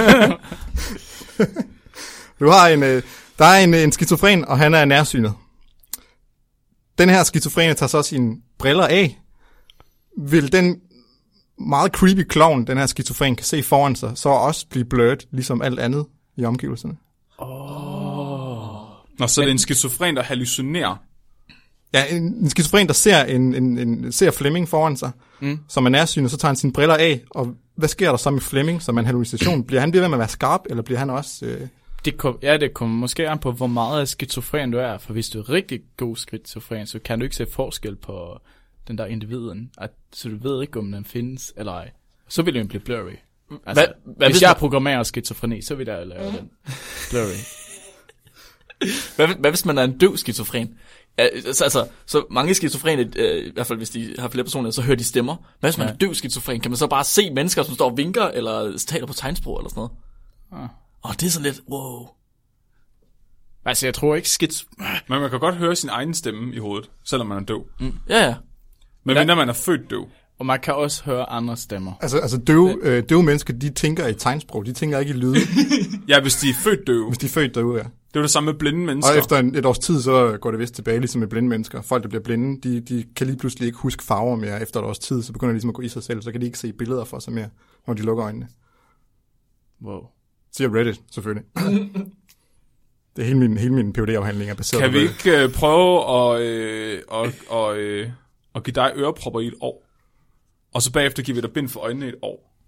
Du har en, øh, der er en, en skizofren, og han er nærsynet. Den her skizofrene tager så sine briller af. Vil den meget creepy clown, den her skizofren kan se foran sig, så også blive blurred, ligesom alt andet i omgivelserne? Åh. Oh. Nå, så Men... det er en skizofren, der hallucinerer. Ja, en, en skizofren, der ser, en, en, en, ser Flemming foran sig, mm. som er nærsynet, så tager han sine briller af, og hvad sker der så med Flemming, som er en hallucination? Bliver han ved med at være skarp, eller bliver han også... Øh... Det kom, ja, det kommer måske an på, hvor meget skizofren du er, for hvis du er rigtig god skizofren, så kan du ikke se forskel på den der individen, at, så du ved ikke, om den findes, eller ej. Så vil den blive blurry. Altså, hvad, hvad hvis jeg man... programmerer skizofreni, så vil jeg lave den blurry. hvad, hvad hvis man er en døv skizofren? Altså, altså, så mange skizofrene, øh, i hvert fald hvis de har flere personer, så hører de stemmer. Hvad hvis man ja. er døv skizofren? Kan man så bare se mennesker, som står og vinker, eller taler på tegnsprog, eller sådan noget? Åh, ah. oh, det er sådan lidt, wow. Altså, jeg tror ikke skiz... Men man kan godt høre sin egen stemme i hovedet, selvom man er døv. Mm. Ja, ja. Men mindre man er født døv. Og man kan også høre andre stemmer. Altså, altså døve, øh, døve mennesker, de tænker i tegnsprog, de tænker ikke i lyde. Ja, hvis de er født døve. Hvis de er født døve, ja. Det er det samme med blinde mennesker. Og efter en, et års tid, så går det vist tilbage, ligesom med blinde mennesker. Folk, der bliver blinde, de, de kan lige pludselig ikke huske farver mere efter et års tid, så begynder de ligesom at gå i sig selv, så kan de ikke se billeder for sig mere, når de lukker øjnene. Wow. Siger Reddit, selvfølgelig. Det er hele min, hele min P H D-afhandling er baseret Kan på vi Reddit. ikke øh, prøve at, øh, og, og, øh, at give dig ørepropper i et år? Og så bagefter giver vi dig bind for øjnene i et år.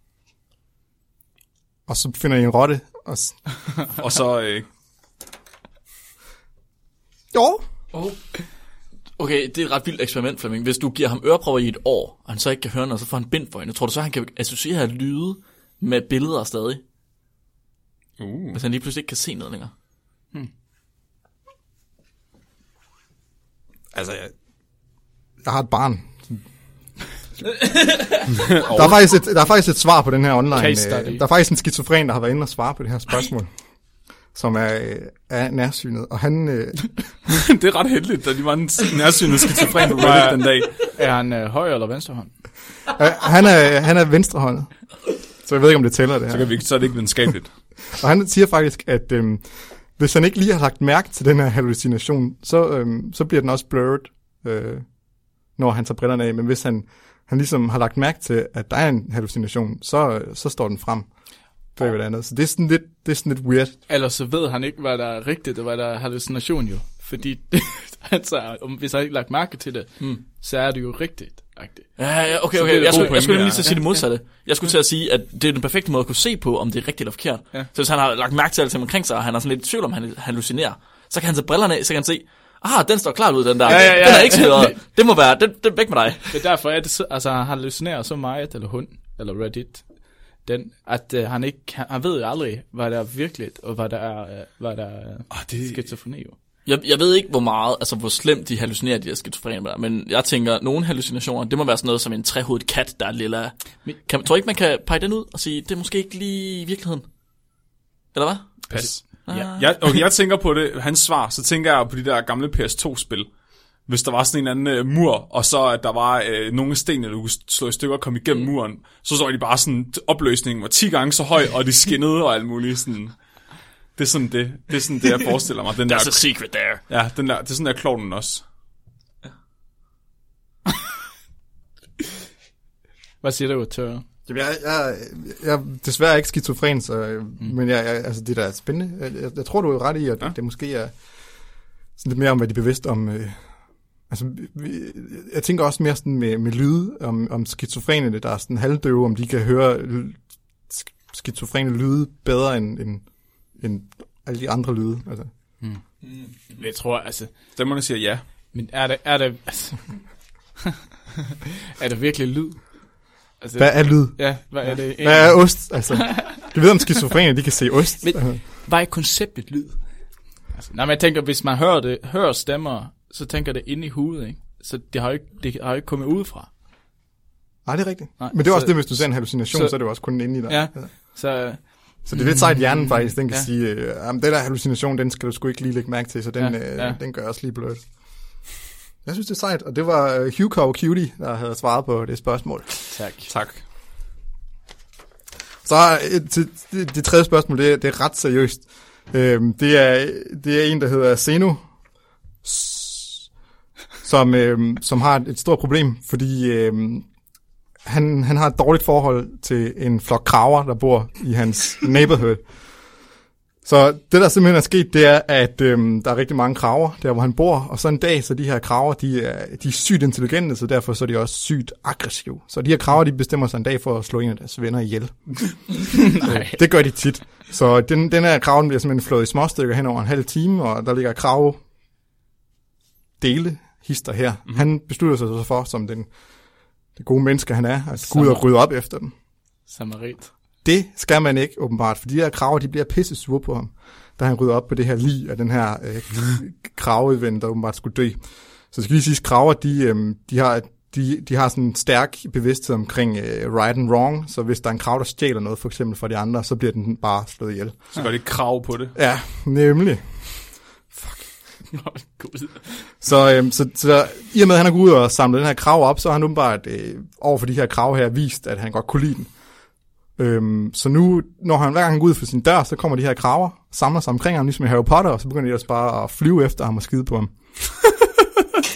Og så finder I en rotte. Og s- Og så... Øh, jo. Oh. Okay, det er et ret vildt eksperiment, Flemming. Hvis du giver ham ørepropper i et år, og han så ikke kan høre noget, så får han bind for øjnene. Tror du så, han kan associere lyde med billeder stadig? uh. Hvis han lige pludselig ikke kan se noget længere. Altså, jeg, jeg har et barn. der, er faktisk et, der er faktisk et svar på den her online. Case study. Øh, der er faktisk en skizofren, der har været inde og svare på det her spørgsmål. Som er, øh, er nærsynet. Og han... Øh, Det er ret heldigt, at de var en nærsynet skizofren på Reddit den dag. Er han øh, højre eller venstre hånd? øh, han, er, han er venstrehåndet. Så jeg ved ikke, om det tæller det her. Så, kan vi ikke, så er det ikke videnskabeligt. Og han siger faktisk, at øhm, hvis han ikke lige har lagt mærke til den her hallucination, så, øhm, så bliver den også blurred, øh, når han tager brillerne af. Men hvis han, han ligesom har lagt mærke til, at der er en hallucination, så, så står den frem. Det er andet. Så det er sådan lidt, det er sådan lidt weird. Ellers så ved han ikke, hvad der er rigtigt, og hvad der er hallucination jo. Fordi altså, om, hvis han ikke lagt mærke til det, hmm. så er det jo rigtigt. rigtigt. Ja, ja, okay, Så det okay. er Jeg god skulle, jeg pointe, skulle nemlig ja. lige til at sige det modsatte. Jeg skulle til at sige, at det er den perfekte måde at kunne se på, om det er rigtigt eller forkert. Ja. Så hvis han har lagt mærke til alt omkring sig, og han er sådan lidt i tvivl om, han hallucinerer, så kan han tage brillerne af, så kan han se, ah, den står klart ud, den der. Ja, ja, ja. Den er ikke sløret. Det må være, den, den er væk med dig. Det er derfor, at det, så- altså, han hallucinerer så meget, eller hund, eller Reddit, den, at uh, han ikke, han, han ved jo aldrig, hvad der er virkeligt, og hvad der er, uh, hvad der er Oh, det... skizofreni jo. Jeg, jeg ved ikke, hvor meget, altså hvor slemt de hallucinerer, de her skizofrene der, men jeg tænker, nogle hallucinationer, det må være sådan noget som en trehovedet kat, der er lilla. Kan, tror I ikke, man kan pege den ud og sige, det er måske ikke lige i virkeligheden? Eller hvad? Pas. Ah. Ja. Jeg, okay, jeg tænker på det, hans svar, så tænker jeg på de der gamle P S to-spil. Hvis der var sådan en anden uh, mur, og så at der var uh, nogle sten, der du kunne slå i stykker og komme igennem mm. muren, så så var de bare sådan, opløsningen var ti gange så høj, og de skinnede og alt muligt sådan. Det er sådan det, det er sådan det, jeg forestiller mig. Den There's der, a secret there. ja, den der, det er sådan der klovnen også. Hvad siger du, Tør? Jamen, jeg, jeg, jeg er desværre ikke skizofren, så, mm. men jeg, jeg, altså, det der er spændende. Jeg, jeg, jeg tror, du er ret i, at ja. det, det måske er sådan lidt mere om, hvad de er bevidst om. Øh, altså, vi, jeg tænker også mere sådan med, med lyde, om, om skizofrene, der er sådan halvdøve, om de kan høre sk- skizofrene lyde bedre end, end, end alle de andre lyde. Altså. Mm. Mm. Jeg tror, altså... Stemmerne siger ja. Men er det... Er det, altså, er det virkelig lyd? Altså, Hvad er lyd? Ja, hvad er det? Hvad er ost? Altså, du ved, om skizofrene, de kan se ost. Men, hvad er konceptet lyd? Altså, nej, men jeg tænker, hvis man hører det, hører stemmer, så tænker det inde i hovedet, ikke? Så det har jo ikke, det har jo ikke kommet udefra. Nej, det er rigtigt. Nej, men det er også så, det, hvis du ser en hallucination, så, så så er det jo også kun inde i dig. Ja, så... Så det er lidt sejt hjernen faktisk, den kan ja. sige, øh, den der hallucination, den skal du sgu ikke lige lægge mærke til, så den, ja, ja. Øh, den gør også lige blødt. Jeg synes, det er sejt, og det var uh, Hugh Cow Cutie, der havde svaret på det spørgsmål. Tak. Tak. Så øh, til, det, det tredje spørgsmål, det er, det er ret seriøst. Øhm, det, er, det er en, der hedder Zeno, som, øhm, som har et, et stort problem, fordi øhm, han, han har et dårligt forhold til en flok kraver, der bor i hans neighborhood. Så det, der simpelthen er sket, det er, at øhm, der er rigtig mange kraver, der hvor han bor, og så en dag, så de her kraver, de er, de er sygt intelligente, så derfor så er de også sygt aggressive. Så de her kraver, de bestemmer sig en dag for at slå en af deres venner ihjel. Det gør de tit. Så den, den her kraven bliver simpelthen flået i småstykker hen over en halv time, og der ligger krav dele hister her. Mm-hmm. Han beslutter sig så for, som den, den gode menneske han er, at gå ud og rydde op efter dem. Samarit. Det skal man ikke, åbenbart, for de her kraver, de bliver pisse sure på ham, da han rydder op på det her lig af den her øh, kraveven, der åbenbart skulle dø. Så skal vi sige, at kraver, de, øh, de, har, de, de har sådan en stærk bevidsthed omkring øh, right and wrong, så hvis der er en krav, der stjæler noget, for eksempel fra de andre, så bliver den bare slået ihjel. Så gør de krav på det. Ja, nemlig. Fuck. så, øh, så, så i og med, at han har gået ud og samlet den her krav op, så har han åbenbart øh, over for de her krav her vist, at han godt kunne lide den. Øhm, så nu, når han hver gang han går ud for sin dør, så kommer de her kraver, samler sig omkring ham, ligesom i Harry Potter, og så begynder de også bare at flyve efter ham og skide på ham.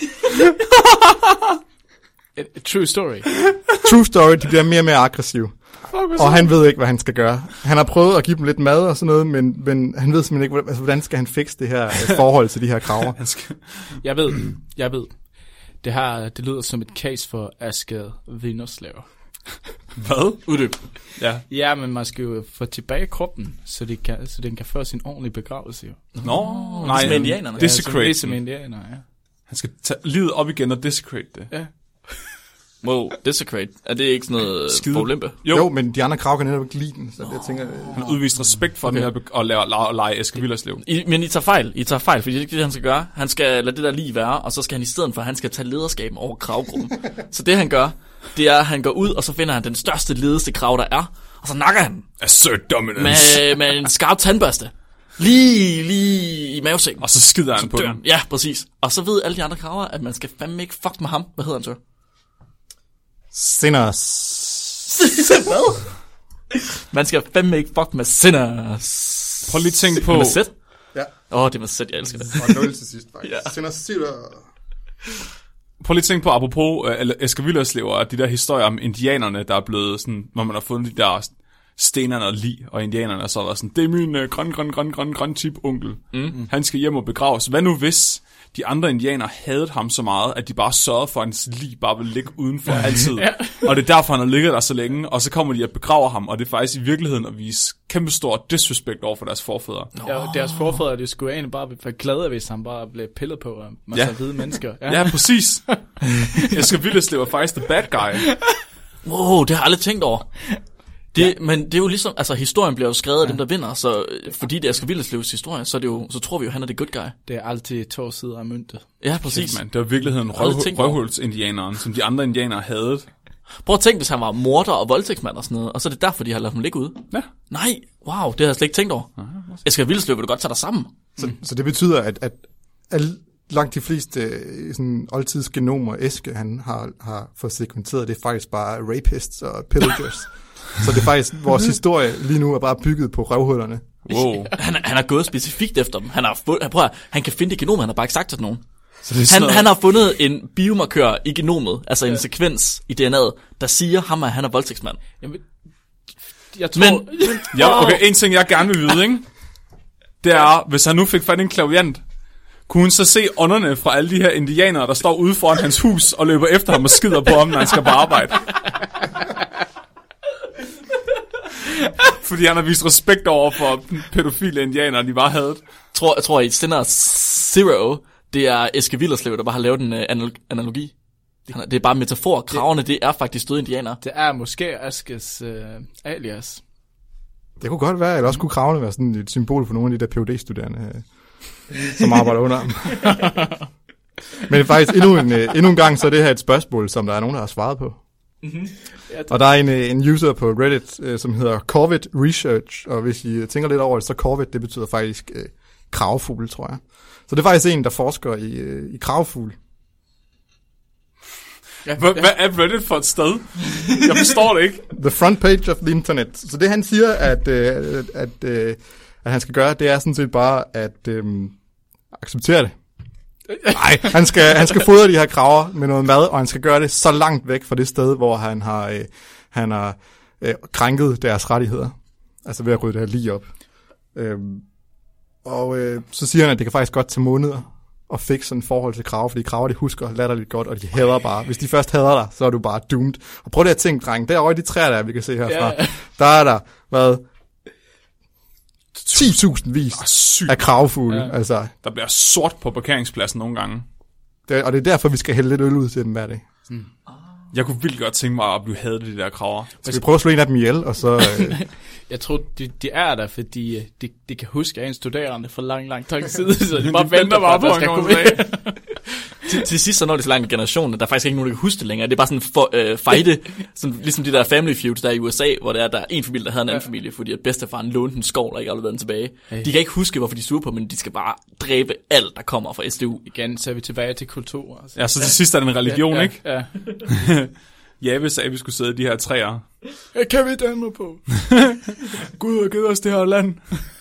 A true story. True story, de bliver mere og mere aggressive. Og han ved ikke, hvad han skal gøre. Han har prøvet at give dem lidt mad og sådan noget, men, men han ved simpelthen ikke, hvordan, altså, hvordan skal han fikse det her forhold til de her kraver. Jeg ved, jeg ved. Det her, det lyder som et case for Asger Vinderslev. Hvad? Uddyb. Ja. Ja, men man skal jo få tilbage kroppen, så, de kan, så den kan få sin ordentlige begravelse. Jo. Nå, nej. Ligesom indianerne. Desecrate. Ja, som indianer, ja. Han skal tage livet op igen og desecrate det. Ja. Wow, desecrate. Er det ikke sådan noget Skide. forulempe? Jo. jo, men de andre kraver kan netop ikke lide den, så jeg tænker... Han har udvist respekt for okay. den her og lave, lave, lege Asger Villerslev. I, men I tager fejl. I tager fejl, fordi det er ikke det, han skal gøre. Han skal lade det der lige være, og så skal han i stedet for, han skal tage lederskaben over kravgruppen. Så det han gør, det er, at han går ud, og så finder han den største ledeste krav, der er, og så nakker han Assert dominance. med, med en skarp tandbørste. Lige, lige i mavesækken. Og så skider han på den. Ja, præcis. Og så ved alle de andre kraver, at man skal fandme ikke fuck med ham. Hvad hedder han så? Sinners. Hvad? Man skal fandme ikke fuck med sinners. Prøv lige at tænke på... Med sæt? Ja. Åh, oh, det var sæt, jeg elsker det. Og nul til sidst, faktisk. Ja. Sinners sitter... Prøv lige at tænke på, apropos uh, Asger Villerslev og de der historier om indianerne, der er blevet sådan, hvor man har fundet de der stenerne og lig, og indianerne så var sådan, det er min uh, grøn, grøn, grøn, grøn, grøn tip onkel. Mm. Han skal hjem og begraves. Hvad nu hvis de andre indianere havde ham så meget, at de bare sørgede for, at hans lig bare ville ligge udenfor altid. Ja. Og det er derfor, han har ligget der så længe, og så kommer de at begrave ham, og det er faktisk i virkeligheden at vise kæmpestor disrespekt over for deres forfædre. Ja, og deres forfædre, det skulle egentlig bare være glade, hvis han bare blev pillet på af masser af hvide mennesker. Ja, ja præcis. Asger Villerslev er faktisk the bad guy. Wow, det har jeg aldrig tænkt over. Det, ja. Men det er jo ligesom, altså historien bliver jo skrevet af ja. dem, der vinder, så fordi det er Asger Villerslevs historie, så, er det jo, så tror vi jo, han er det good guy. Det er altid to sider af møntet. Ja, præcis. Kæft, det var i virkeligheden røv, røvhulsindianeren, som de andre indianere havde. Prøv at tænke, hvis han var morder og voldtægtsmand og sådan noget, og så er det derfor, de har ladet ham ligge ude. Ja. Nej, wow, det har jeg slet ikke tænkt over. Asger Villerslev vil du godt tage dig sammen. Så, mm. så det betyder, at, at alle, langt de fleste sådan, oldtids genomer Eske, han har, har fået sekventeret, det er faktisk bare rapists og pillagers. Så det er faktisk, vores historie lige nu er bare bygget på røvhullerne. Wow. Han, han har gået specifikt efter dem. Han har fund, prøv at, han kan finde det genom, han har bare ikke sagt til nogen. Så det han, han har fundet en biomarkør i genomet, altså en ja. sekvens i D N A'et, der siger ham, at han er voldtægtsmand. Jamen, jeg tror... Men, ja, okay, en ting, jeg gerne vil vide, ikke? Det er, hvis han nu fik fat i en klaviant, kunne hun så se ånderne fra alle de her indianere, der står ude foran hans hus og løber efter ham og skider på ham, når han skal på arbejde. Fordi han har vist respekt over for pædofile indianere, de bare havde. Tror, jeg tror, at Sinner Zero, det er Asger Villerslev, der bare har lavet en uh, anal- analogi. Det er bare metafor. Kravene, det, det er faktisk døde indianere. Det er måske Asgers uh, alias. Det kunne godt være, eller også kunne kravene være sådan et symbol for nogle af de der P H D-studerende, som arbejder under ham. Men faktisk endnu en, endnu en gang, så er det her et spørgsmål, som der er nogen, der har svaret på. Mm-hmm. Og der er en, en user på Reddit, som hedder Corvid Research, og hvis I tænker lidt over det, så Corvid, det betyder faktisk øh, kravfugl, tror jeg. Så det er faktisk en, der forsker i, øh, i kravfugl. Ja, Hvad ja. er Reddit for et sted? Jeg forstår det ikke. The front page of the internet. Så det han siger, at, øh, at, øh, at han skal gøre, det er sådan set bare at øh, acceptere det. Nej, han skal, han skal fodre de her kraver med noget mad, og han skal gøre det så langt væk fra det sted, hvor han har, øh, han har øh, krænket deres rettigheder. Altså ved at rydde det her lige op. Øhm, og øh, så siger han, at det kan faktisk godt tage måneder at fikse sådan et forhold til kraver, fordi kraver, de husker latterligt godt, og de hader bare. Hvis de først hader dig, så er du bare doomed. Og prøv det at tænke, dreng, derovre i de træer der, vi kan se herfra, yeah. der er der, hvad... ti tusind vis af kravfugle. Ja. Altså. Der bliver sort på parkeringspladsen nogle gange. Det, og det er derfor, vi skal hælde lidt øl ud til dem hver dag. Mm. Jeg kunne vildt godt tænke mig at blive hadet af de der kraver. Skal vi prøve at slå en af dem ihjel, og så... Øh... Jeg tror, de, de er der, fordi de, de kan huske, at jeg er en studerende for lang, lang tid siden, så de bare venter bare på, at der skal komme til, til sidst så når det så langt i generationen, der er faktisk ikke nogen, der kan huske det længere. Det er bare sådan for, øh, fejde, sådan, ligesom de der family feuds der i U S A, hvor der er, der er en familie, der havde en anden ja. familie, fordi at bedstefaren lånte en skov, der ikke har været den tilbage. Hey. De kan ikke huske, hvorfor de er sure på, men de skal bare dræbe alt, der kommer fra S D U. Igen, så er vi tilbage til kultur. Altså. Ja, så til sidst er det en religion, ja, ja, ikke? Ja. Jave sagde, at vi skulle sidde i de her træer. Jeg kan vi danne på. Gud har givet os det her land.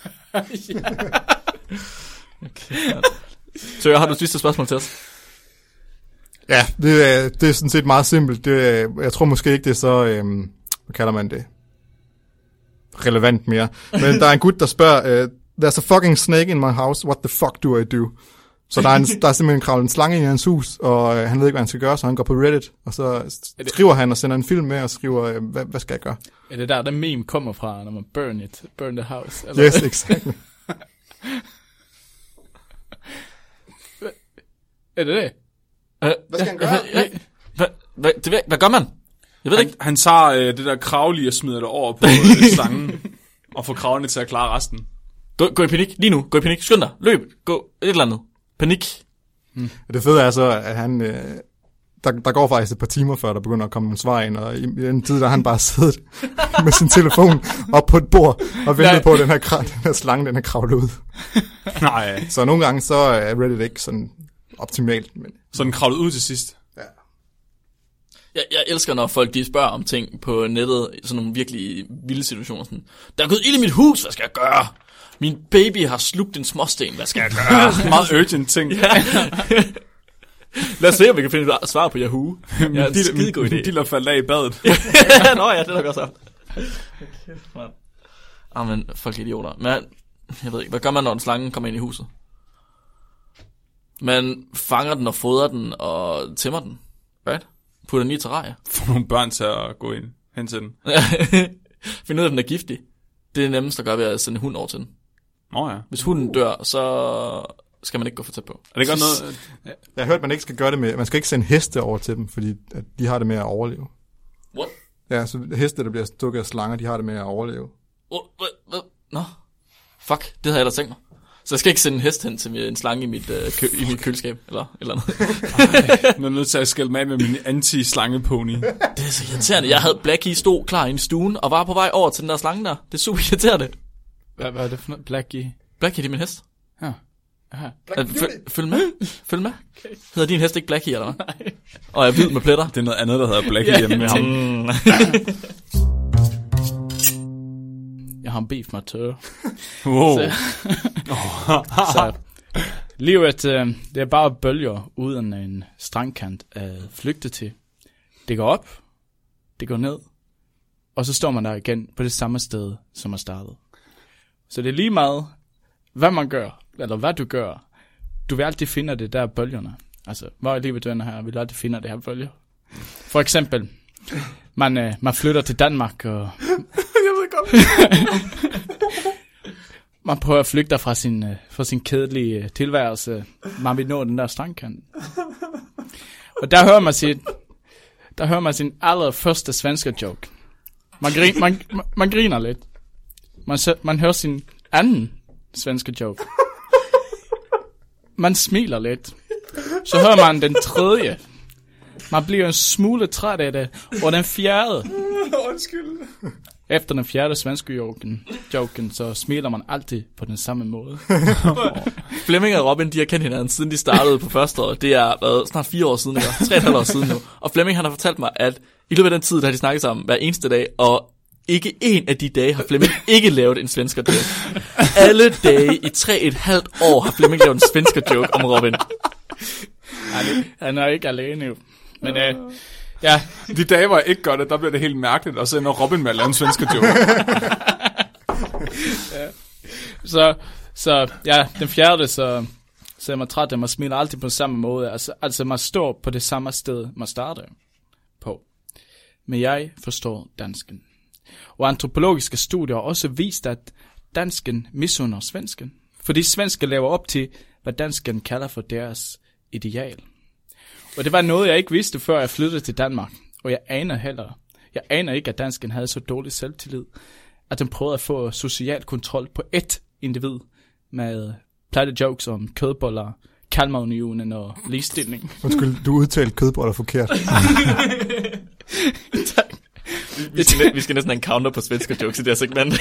Okay. Så har du sidste spørgsmål til os? Ja, det er, det er sådan set meget simpelt. Det er, jeg tror måske ikke, det er så, øhm, hvad kalder man det? relevant mere. Men der er en gut, der spørger, uh, there's a fucking snake in my house, what the fuck do I do? Så der er, en, der er simpelthen kravlet en slange ind i hans hus, og øh, han ved ikke, hvad han skal gøre, så han går på Reddit, og så skriver han og sender en film med, og skriver, øh, hvad, hvad skal jeg gøre? Er det der, der meme kommer fra, når man burn it, burn the house? Eller? Yes, exactly. Er det det? Uh, hvad skal han gøre? Hvad, hvad, hvad, det, hvad gør man? Jeg ved han, ikke. Han tager øh, det der kravlige og smider det over på øh, slangen, og får kravene til at klare resten. Gå, gå i panik, lige nu, gå i panik, skynd dig, løb, gå, et eller andet. Panik. Hmm. Det fede er så, at han, øh, der, der går faktisk et par timer før, der begynder at komme nogle svar ind, og i, i den tid, der han bare siddet med sin telefon op på et bord, og ventet på, at den her, den her slange, den er kravlet ud. Nej. Så nogle gange, så er Reddit ikke sådan optimalt. Men... Så den kravlede ud til sidst. Ja. Jeg, jeg elsker, når folk de spørger om ting på nettet, sådan nogle virkelig vilde situationer. Sådan, der er gået ild i mit hus, hvad skal jeg gøre? Min baby har slugt en småsten, hvad skal jeg gøre? Meget urgent ting. Ja. Lad os se, om vi kan finde et svar på Yahoo. Jeg er en skidegod idé. Min diller faldt af i badet. Nå ja, det har vi også haft. Okay, ah, men folk er idioter. Men jeg ved ikke, hvad gør man, når en slange kommer ind i huset? Man fanger den og fodrer den og tæmmer den. Right? Putter den i terrarie. Få nogle børn til at gå ind hen til den. Find ud af, at den er giftig. Det er nemmest at gøre ved at sende en hund over til den. Nå ja. Hvis hunden dør, så skal man ikke gå for tæt på. Er det godt noget? Jeg har hørt, at man ikke skal gøre det med, man skal ikke sende heste over til dem, fordi at de har det med at overleve. What? Ja, så heste, der bliver stukket af slanger, de har det med at overleve. Hvad? Hvad? Nå. Fuck, det havde jeg ellers tænkt mig. Så jeg skal ikke sende en hest hen til en slange i mit, øh, kø- i mit køleskab, eller eller noget. Ej, nu er nødt til at skælde mig af med min anti-slangepony. Det er så irriterende. Jeg havde Blackie stod klar i stuen, og var på vej over til den der slange der. Det er super irriterende. Hvad, hvad er det for noget? Blackie? Blackie, det er min hest. Ja. Aha. Følg, følg med. Følg med. Okay. Hedder din hest ikke Blackie, eller hvad? Nej. Og er hvid med pletter. Det er noget andet, der hedder Blackie hjemme med ham. Jeg har en beef med tørre. Wow. Så, så livet, øh, det er bare bølger uden en strandkant at flygte til. Det går op, det går ned, og så står man der igen på det samme sted, som man startede. Så det er lige meget, hvad man gør, eller hvad du gør. Du vil altid finde det der bølgerne. Altså, hvor i livet du ender her, vil du altid finde det her bølger. For eksempel, man, øh, man flytter til Danmark, og... Jeg ved godt. Man prøver at flygte fra sin, fra sin kedelige tilværelse. Man vil nå den der strandkant. Og der hører man sin, der hører man sin allerførste svenske joke. Man, grin, man, man, man griner lidt. Man, man hører sin anden svenske joke. Man smiler lidt. Så hører man den tredje. Man bliver en smule træt af det. Og den fjerde. Undskyld. Efter den fjerde svenske joken, joken, så smiler man altid på den samme måde. Flemming og Robin, de har kendt hinanden, siden de startede på første år. Det er hvad, snart fire år siden, eller tre og et halvt år siden nu. Og Flemming, han har fortalt mig, at i løbet af den tid, der har de snakket sammen hver eneste dag, og ikke en af de dage har Flemming ikke lavet en svensker joke. Alle dage i tre et halvt år har Flemming lavet en svensker joke om Robin. Han er ikke alene jo. Men øh, ja. De dage, hvor jeg ikke gør det, der bliver det helt mærkeligt, og så ender Robin med at lave en svensker joke. Ja. Så, så ja, den fjerde, så, så er man træt, at man smiler altid på samme måde. Altså, altså man står på det samme sted, man starter på. Men jeg forstår dansken. Og antropologiske studier har også vist, at dansken misunder svensken. Fordi svensker lever op til, hvad dansken kalder for deres ideal. Og det var noget, jeg ikke vidste, før jeg flyttede til Danmark. Og jeg aner heller, jeg aner ikke, at dansken havde så dårlig selvtillid, at den prøvede at få social kontrol på ét individ med platte jokes om kødboller, Kalmarunionen og ligestilling. Undskyld, du udtalte kødboller forkert. Tak. Vi skal, vi skal næsten have en counter på svenske jokes i det her segment.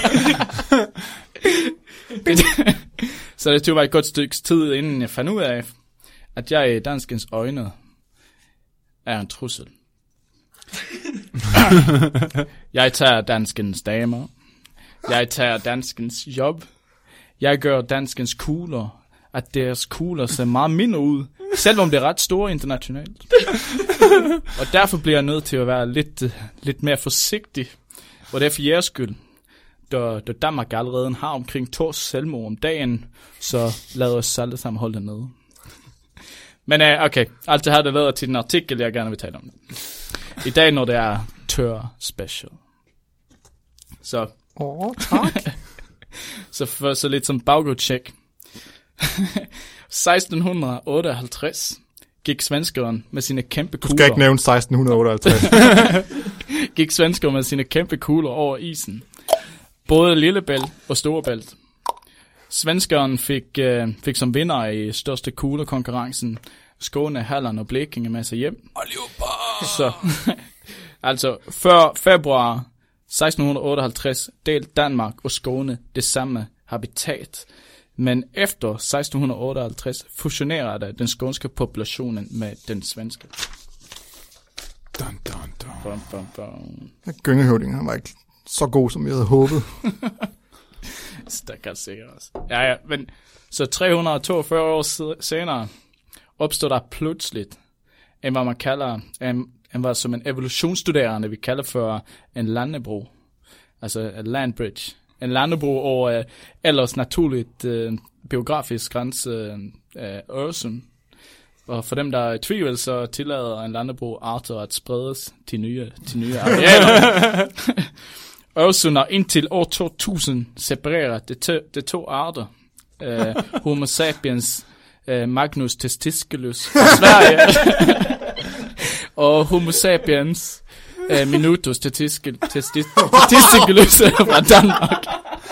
Så det tog mig et godt stykke tid, inden jeg fandt ud af, at jeg i danskens øjne er en trussel. Jeg tager danskens damer. Jeg tager danskens job. Jeg gør danskens kugler, at deres kugler ser meget mindre ud, selvom det er ret store internationalt. Og derfor bliver jeg nødt til at være lidt, lidt mere forsigtig. Og det er for jeres skyld. da, da Danmark allerede har omkring to selvmord om dagen, så lad os alle sammen holde det nede. Men uh, okay, alt det her, det leder til den artikel, jeg gerne vil tale om. I dag, når det er tør special. Så, Åh, oh, tak. så, for, så lidt som baggrundstjek. seksten otteoghalvtreds gik svenskeren med sine kæmpe kugler. Du skal ikke nævne seksten otteoghalvtreds. Gik svenskeren med sine kæmpe kugler over isen. Både Lillebælt og Storebælt. Svenskeren fik, øh, fik som vinder i største kuglekonkurrencen Skåne, Halland og Blekinge med sig hjem. Så, altså, før februar seksten otteoghalvtreds delte Danmark og Skåne det samme habitat. Men efter seksten otteoghalvtreds fusionerede den skånske populationen med den svenske. Dun, dun, dun. Bum, bum, bum. Gyngehøvdingen, han var ikke så god, som jeg havde håbet. Stakkels sikkert også. Ja, ja, men så tre hundrede og toogfyrre år senere opstod der pludseligt en, hvad man kalder, en, en hvad som en evolutionsstuderende, vi kalder for en landebro. Altså en landbridge. En landebro over uh, ellers naturligt uh, biografisk grænse uh, Øresund. Og for dem, der er i tvivl, så tillader en landebro arter at spredes til nye, til nye arealer. Øresund er indtil år to tusind separeret de, to, de to arter. Uh, Homo sapiens uh, Magnus testiculus fra Sverige og Homo sapiens uh, Minutus testicul, testis, testiculus fra Danmark.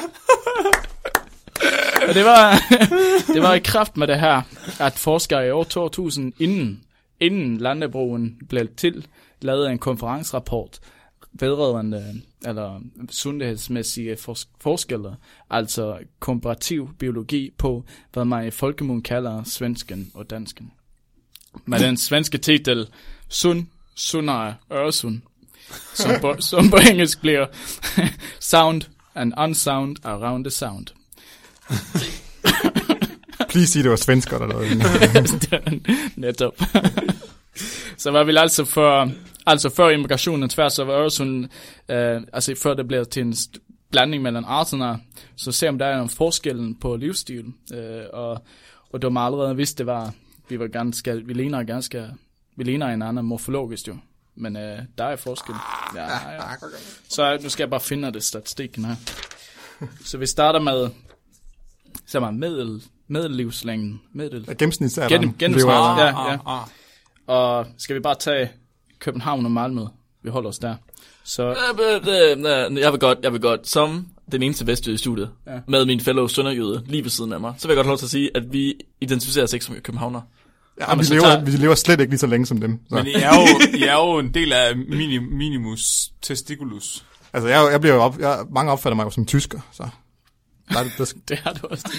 Og det var, det var i kraft med det her, at forskere i år to tusind, inden, inden landebroen blev til, lavede en konferencerapport vedrørende eller sundhedsmæssige forskelle, altså komparativ biologi på, hvad man i folkemun kalder svensken og dansken. Med den svenske titel, Sund, Sundere, Øresund, som på, som på engelsk bliver Sound and Unsound Around the Sound. Please sige, det var svensker, der lavede netop. Så var vi altså for, altså før immigrationen tværs over Øresund, øh, altså før det blev til en blanding mellem arterne, så ser man der er en forskel på livsstil, øh, og, og det var allerede vidst, det var, vi var ganske, vi ligner ganske, vi ligner en anden morfologisk jo, men øh, der er forskel. Ja, ja. Så nu skal jeg bare finde det statistikken her. Så vi starter med, så man middel, middellivslængden, middel. Ja, gennemsnitsalderen. Gennem, gennemsnitsalderen, ja, ja. Og skal vi bare tage København og Malmø, vi holder os der. Så jeg vil godt, jeg vil godt som den eneste vestjyde i studiet, ja, med min fellow sønderjyde lige ved siden af mig, så vil jeg godt have lov til at sige, at vi identificerer os ikke som københavner. Ja, vi lever, tager... vi lever slet ikke lige så længe som dem. Så. Men I er jo, I er jo en del af mini, minimus testiculus. Altså, jeg, jeg bliver jo op, jeg, mange opfatter mig jo som tysker, så... Der, der, der... det har du også.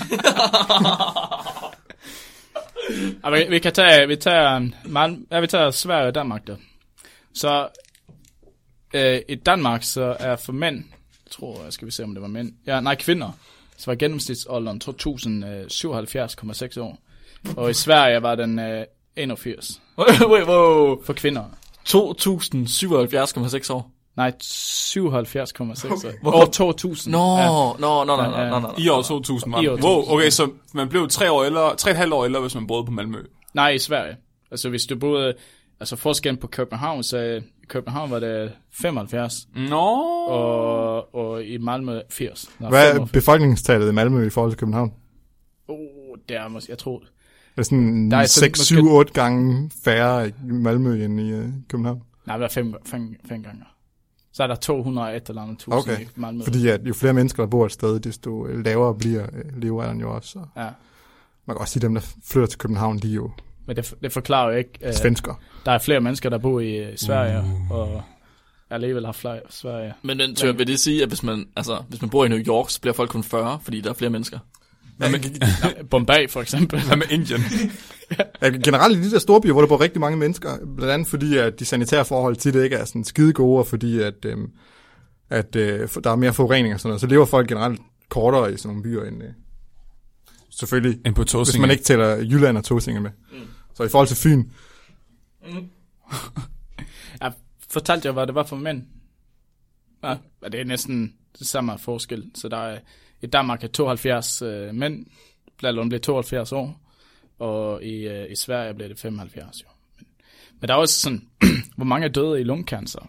Ja, vi, vi kan tage, vi tager, man, ja, vi tager Sverige og Danmark der. Så øh, i Danmark så er for mænd, jeg tror, jeg skal vi se om det var mænd, ja, nej kvinder, så var gennemsnitsalderen to tusind syvoghalvfjerds komma seks år. Og i Sverige var den øh, enogfirs. Wait, wow. For kvinder. to tusind syvoghalvfjerds komma seks år. Nej, syvoghalvfjerds komma seks okay. år to tusind. Nå, nå, nå, nå, nå, nå. I år to tusind, man. Wow, okay, så man blev tre år eller tre og et halvt år ældre, hvis man boede på Malmø. Nej, i Sverige. Altså hvis du boede, altså forskellen på København, så i København var det femoghalvfjerds. Nå. Og, og i Malmø firs. Nå, hvad er befolkningstallet i Malmø i forhold til København? Åh, oh, det er måske, jeg tror... Det er sådan seks, syv, otte gange færre i Malmø end i uh, København. Nej, det er fem, fem, fem gange. Så er der to hundrede og et eller andet tusind okay. i Malmø. Fordi at jo flere mennesker, der bor et sted, desto lavere bliver uh, levealderen jo også. Så. Ja. Man kan også sige, at dem, der flytter til København, de er jo... Men det, det forklarer jo ikke... Uh, svensker. Der er flere mennesker, der bor i uh, Sverige, uh. og alligevel har flere Sverige. Men den tør, vil det sige, at hvis man, altså, hvis man bor i New York, så bliver folk kun fyrre, fordi der er flere mennesker? Hvad med Bombay for eksempel? Hvad med Indien? Ja, generelt i de der store byer, hvor der bor rigtig mange mennesker, blandt andet fordi, at de sanitære forhold til det ikke er sådan skide gode, og fordi at, øhm, at øh, der er mere forurening og sådan noget, så lever folk generelt kortere i sådan nogle byer end øh, selvfølgelig, end på hvis man ikke tæller Jylland og Tåsinge med. Mm. Så i forhold til Fyn. Mm. Jeg fortalte jer, hvad det var for mænd. Ja, det er næsten det samme forskel. Så der er, i Danmark er tooghalvfjerds øh, mænd, blandt bliver tooghalvfjerds år, og i, øh, i Sverige bliver det femoghalvfjerds. Jo. Men, men der er også sådan, hvor mange er døde i lungekancer?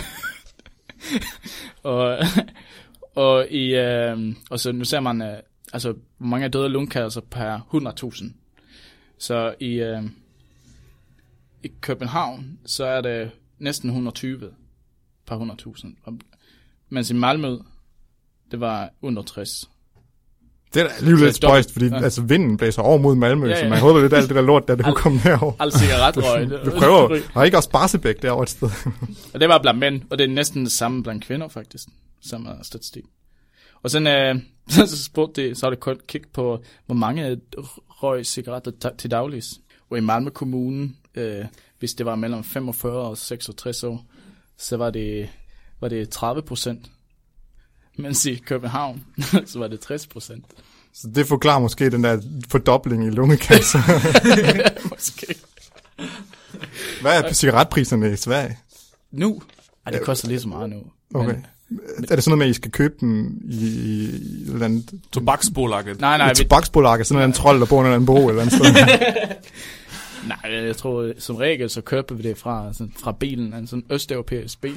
og, og, i, øh, og så nu ser man, øh, altså, hvor mange er døde i lungekancer per hundrede tusind. Så i, øh, i København, så er det næsten et hundrede og tyve per hundrede tusind. Mens i Malmø, det var under tres. Det er da alligevel lidt spøjst, fordi ja. altså, vinden blæser over mod Malmø, ja, ja. Så man håber lidt alt det der lort, der det kunne komme derover. Al cigaretrøg. Vi prøver. Har ikke også Barsebæk derovre et sted? Og det var blandt mænd, og det er næsten det samme blandt kvinder, faktisk. Samme statistik. Og sådan, øh, så spurgte det, så har det kun kigget på, hvor mange røg cigaretter t- til dagligt. Og i Malmø Kommune, øh, hvis det var mellem femogfyrre og seksogtres år, så var det, var det tredive procent. Mens i København, så var det tres procent. Så det forklarer måske den der fordobling i lungekancer. Måske. Hvad er cigaretpriserne i Sverige? Nu? Ej, det koster lige så meget nu. Okay. Men, er det sådan noget med, at I skal købe dem i, i et eller andet... Tobaksbolaget? Nej, nej. Tobaksbolaget, sådan en trold, der bor under en bro eller andet sted. Nej, jeg tror, som regel, så køber vi det fra, sådan, fra bilen, en sådan østeuropæisk bil.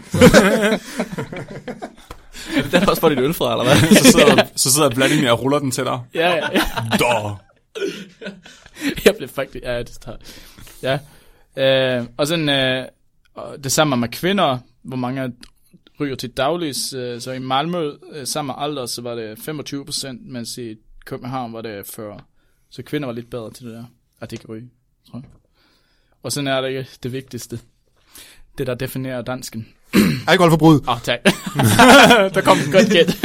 Det er også for dit øl fra, eller hvad? så, sidder, så sidder Vladimir og ruller den til dig. Ja, ja, ja. Da. Jeg blev faktisk... Ja, det tager... Ja. Øh, og sådan, øh, det samme med kvinder, hvor mange ryger til dagligt. Øh, så i Malmø, øh, samme alder, så var det femogtyve procent, mens i København var det fyrre. Så kvinder var lidt bedre til det der, at de kan ryge, tror jeg. Og sådan er det det vigtigste. Det, der definerer dansken. Alkoholforbrud. Åh, oh, tak. Der kom et godt gæt.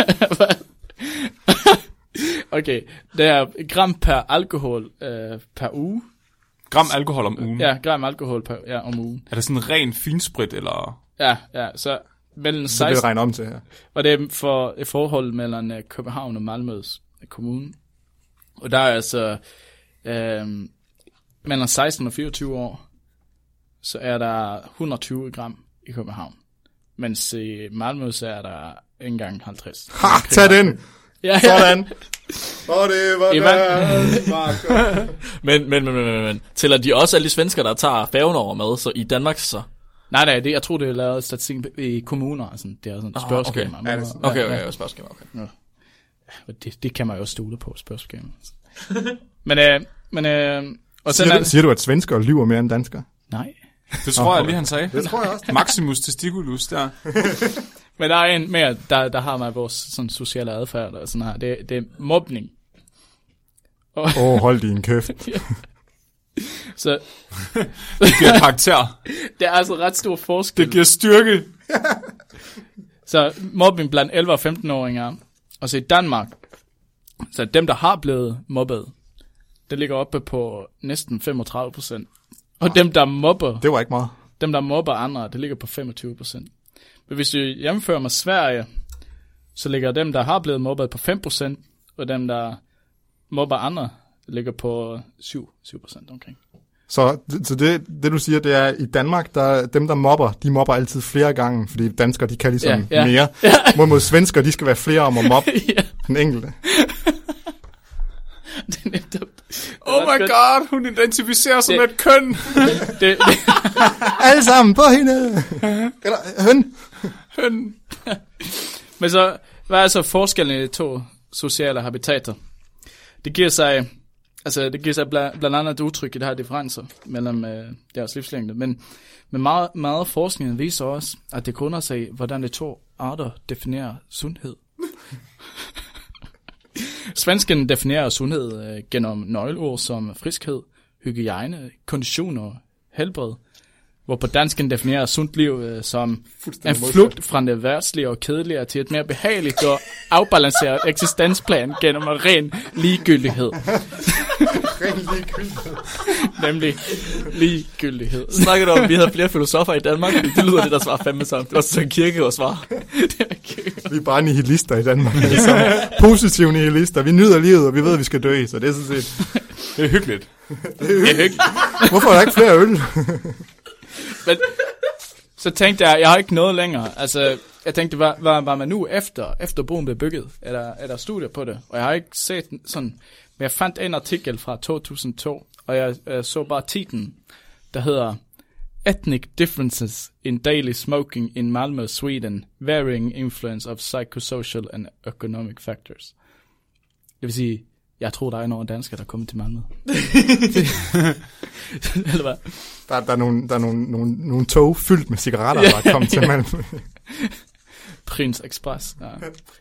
Okay, det er gram per alkohol øh, per uge. Gram alkohol om ugen? Ja, gram alkohol per, ja, om ugen. Er det sådan ren finsprit, eller? Ja, ja, så mellem seksten... Det vil regne om til her. Og det er for et forhold mellem uh, København og Malmøs kommune. Og der er altså øh, mellem seksten og fireogtyve år, så er der et hundrede og tyve gram i København. Mens i Malmø, så er der ikke engang halvtreds. Ha, tag den! Ja, sådan! Og det var der, men, men, men, men, men, tæller de også alle de svensker, der tager færgen over med, så i Danmark så? Nej, nej, det, jeg tror, det er lavet statistik i kommuner, altså, det er sådan et spørgeskema. Okay, okay, okay, okay, okay, spørgeskema, okay. Ja. Det, det kan man jo også stole på, spørgeskema. men, øh, men, øh, og siger, du, siger du, at svensker lyver mere end danskere? Nej. Det tror oh, jeg lige, han sagde. Det tror jeg også. Maximus testiculus, der. Men der er en mere, der, der har man vores sådan, sociale adfærd og sådan her. Det, det er mobning. Åh, oh, hold din kæft. Ja. Så det giver karakter. Det er altså ret stor forskel. Det giver styrke. Så mobning blandt elleve og femten-åringer. Og så i Danmark, så dem, der har blevet mobbet, det ligger oppe på næsten femogtredive procent. Og dem, der mobber... Det var ikke meget. Dem, der mobber andre, det ligger på femogtyve procent. Men hvis du hjemfører med Sverige, så ligger dem, der har blevet mobbet på fem procent, og dem, der mobber andre, ligger på syv procent omkring. Så, så det, det, du siger, det er, i Danmark, der dem, der mobber, de mobber altid flere gange, fordi danskere, de kan ligesom ja, ja. mere. Ja. Mod, mod svensker, de skal være flere om at mobbe ja. den enkelte. Det er nemt. Oh my god, hun identificerer sig med et køn. det, det. Alle sammen på hende. Eller høn. Høn. Men så, hvad er så forskellen i de to sociale habitater? Det giver sig, altså det giver sig blandt, blandt andet et udtryk i det her differencer mellem øh, deres livslængde. Men, men meget, meget forskning viser også, at det grunder sig, hvordan de to arter definerer sundhed. Svensken definerer sundhed øh, gennem nøgleord som friskhed, hygiejne, kondition og helbred, hvor på dansken definerer sundt liv øh, som en flugt fra det værtslige og kedelige til et mere behageligt og afbalanceret eksistensplan gennem en ren ligegyldighed. Ren ligegyldighed. Nemlig ligegyldighed. Snakker du om, at vi havde flere filosofer i Danmark? Det lyder det, der svarer fandme sammen. Det var sådan en kirkegårdsvar. Vi er bare nihilister i Danmark. Positive nihilister. Vi nyder livet, og vi ved, at vi skal dø. Så det er sådan set... Det er hyggeligt. Det er hyggeligt. Hvorfor er der ikke flere øl? Men, så tænkte jeg, jeg har ikke noget længere. Altså, jeg tænkte, var, var, var man nu efter, efter broen blev bygget? Er der, er der studier på det? Og jeg har ikke set sådan, men jeg fandt en artikel fra to tusind og to, og jeg, jeg så bare titlen, der hedder Ethnic Differences in Daily Smoking in Malmö, Sweden, Varying Influence of Psychosocial and Economic Factors. Det vil sige, jeg tror, der er nogle danskere, der kommer til Malmø. Eller hvad? Der, der er, nogle, der er nogle, nogle, nogle tog fyldt med cigaretter, der er kommet til Malmø. Prince Express. Ja.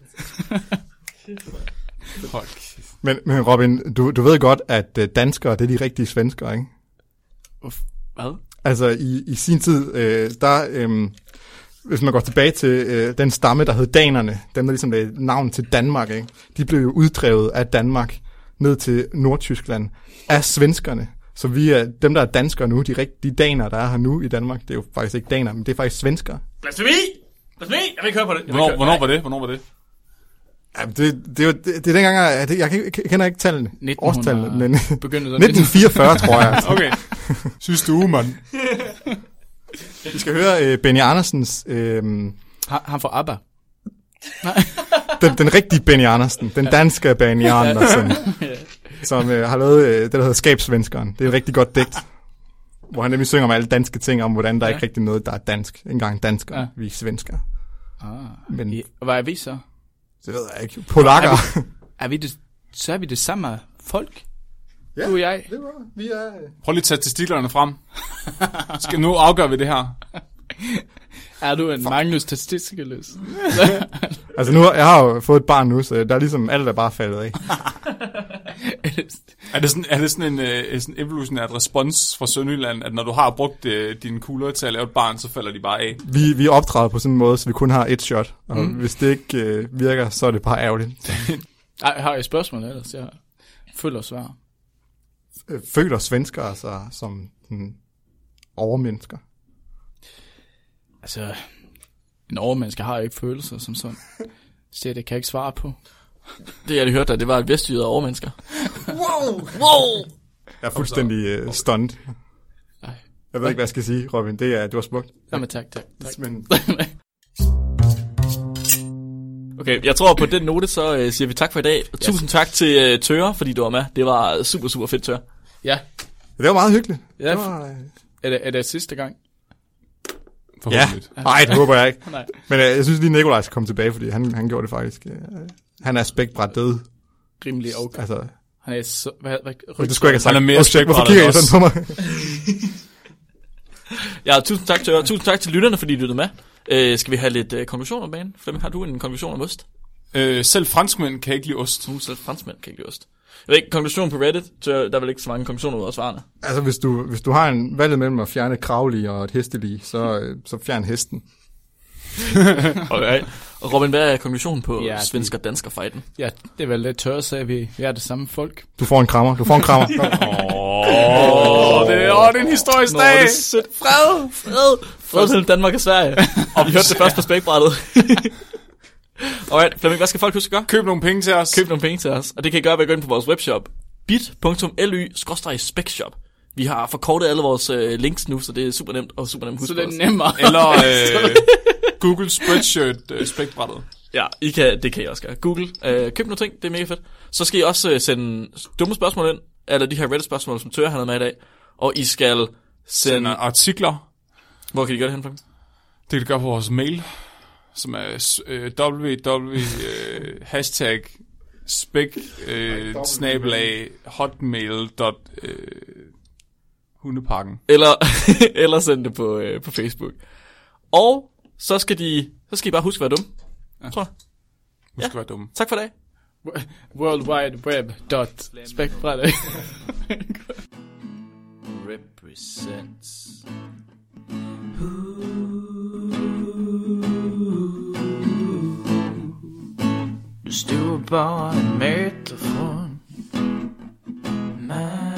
men, men Robin, du, du ved godt, at danskere, det er de rigtige svenskere, ikke? Hvad? Altså, i, i sin tid, øh, der... Øh, hvis man går tilbage til øh, den stamme, der hed danerne, dem der ligesom lagde navn til Danmark, ikke? De blev jo uddrevet af Danmark ned til Nordtyskland af svenskerne. Så vi er dem, der er danskere nu, de rigtige danere, der er her nu i Danmark, det er jo faktisk ikke danere, men det er faktisk svenskere. Blasfemi! Blasfemi! Jeg vil ikke høre på det. Hvornår, køre. hvornår var det? Hvornår var det? Ja, det, det, er jo, det, det er dengang, jeg, jeg, jeg kender ikke tallene, årstallene, men nitten fireogfyrre, tror jeg. Okay. Synes du, mand? Vi skal høre øh, Benny Andersens... Øh, han, han får ABBA. den, den rigtige Benny Andersen, den danske Benny Andersen, som øh, har lavet øh, det, der hedder Skabsvenskeren. Det er et rigtig godt digt, hvor han nemlig synger om alle danske ting, om hvordan der ja. ikke rigtig noget, der er dansk. Ikke engang danskere, ja. vi er svensker. Ah, Men, I, hvad er vi så? Det ved jeg ikke. Polakker. Er vi, er vi det, så er vi det samme folk? Ja, du og jeg. Det var, vi er... Prøv lige at tage testiklerne frem. Skal nu afgøre vi det her? Er du en Magnus testikeløs? Altså nu, jeg har jo fået et barn nu, så der er ligesom alt er bare faldet af. er, det sådan, er det sådan en uh, sådan evolutionært respons fra Sønderjylland, at når du har brugt uh, dine kugler til at lave et barn, så falder de bare af? Vi, vi optræder på sådan en måde, så vi kun har et shot, og mm. hvis det ikke uh, virker, så er det bare ærgerligt. Ej, jeg har et spørgsmål ellers, jeg føler svar. Føler svenskere sig som hmm, overmennesker? Altså, en overmenneske har ikke følelser som sådan. Så det kan jeg ikke svare på. Det jeg lige hørte, det var et vestjyder overmennesker. Wow! Wow! Jeg er fuldstændig uh, stunned. Jeg ved ikke, hvad jeg skal sige, Robin. Det er, du har smukt. Jamen tak, tak, tak. Men... Okay, jeg tror på den note, så øh, siger vi tak for i dag. Og tusind tak til øh, Tøre, fordi du var med. Det var super, super fedt, Tøre. Ja. Det var meget hyggeligt. Ja. Det var, øh... er, det, er det sidste gang? Ja. Nej, det håber jeg ikke. Men øh, jeg synes lige, Nikolaj skal komme tilbage, fordi han, han gjorde det faktisk. Øh, han er spækbræt død. Rimelig okay. Altså... Han er så... Hvad, hvad, det skulle jeg ikke have sagt. Han er mere spækbræt Hvorfor kigger I sådan på mig? Ja, tusind tak, Tøre. Tusind tak til lytterne, fordi I lyttede med. Øh, skal vi have lidt øh, konklusioner på banen? Flemming, har du en konklusion om ost? Øh, selv franskmænd kan ikke lide ost. Uh, selv franskmænd kan ikke lide ost. Jeg ved ikke, konklusion på Reddit, så der er vel ikke så mange konklusioner ud af svarene. Altså, hvis du, hvis du har en valg mellem at fjerne et kravlig og et hestelig, så, øh, så fjern hesten. Okay. Og Robin, hvad er konklusionen på ja, svensker-dansker-fighten? Ja, det er vel lidt tørre, så vi, vi er det samme folk. Du får en krammer, du får en krammer. Åh, oh, det er oh, en historisk dag. Det er sødt. Fred, fred, fred til Danmark og Sverige. Og vi hørte det først på spækbrættet. Alright, Flemming, hvad skal folk huske at gøre? Køb nogle penge til os. Køb nogle penge til os. Og det kan I gøre ved at gå ind på vores webshop. bit punktum l y skråstreg specshop. Vi har forkortet alle vores øh, links nu, så det er super nemt og super nemt at huske. Så det er nemmere. Eller øh, Google Spreadshirt øh, spækbrættet. Ja, I kan, det kan I også gøre. Google, øh, køb nogle ting, det er mega fedt. Så skal I også øh, sende dumme spørgsmål ind, eller de her Reddit-spørgsmål, som Tøre har noget med i dag. Og I skal sende... Sende artikler. Hvor kan I gøre det hen, Flemming? Det kan I gøre på vores mail, som er øh, www øh, hashtag spæk øh, snabelag hotmail dot hundeparken. Eller, eller send det på, øh, på Facebook. Og så skal, de, så skal I bare huske at være dumme. Ja. Tror jeg. Husk at være dumme. Tak for i dag. World Wide Web dot spækbrættet. Represents. Du støver bare en meter fra mig.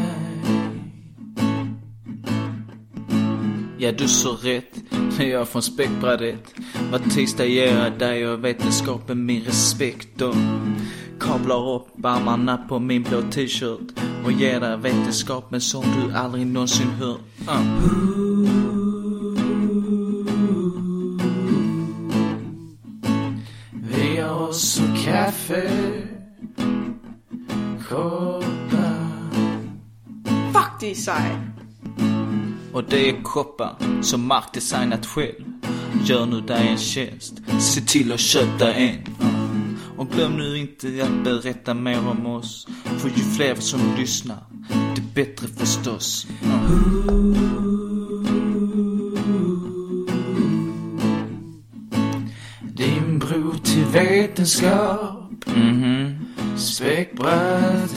Ja, du så rätt när jag från späckbrädet var testagerar där jag vetenskapen min respekt och kablar upp armarna på min blå t-shirt och ger dig vetenskapen som du aldrig någonsin hört. uh. och så kaffe. Koppar. Fuck, det er sej. Och det är koppar som Mark designat själv. Gör nu dig en tjänst, se till att köpa en. Och glöm nu inte att berätta mer om oss. För ju fler som lyssnar, det bättre förstås. Din bro till vetenskap. Mm-hmm. Späckbrädet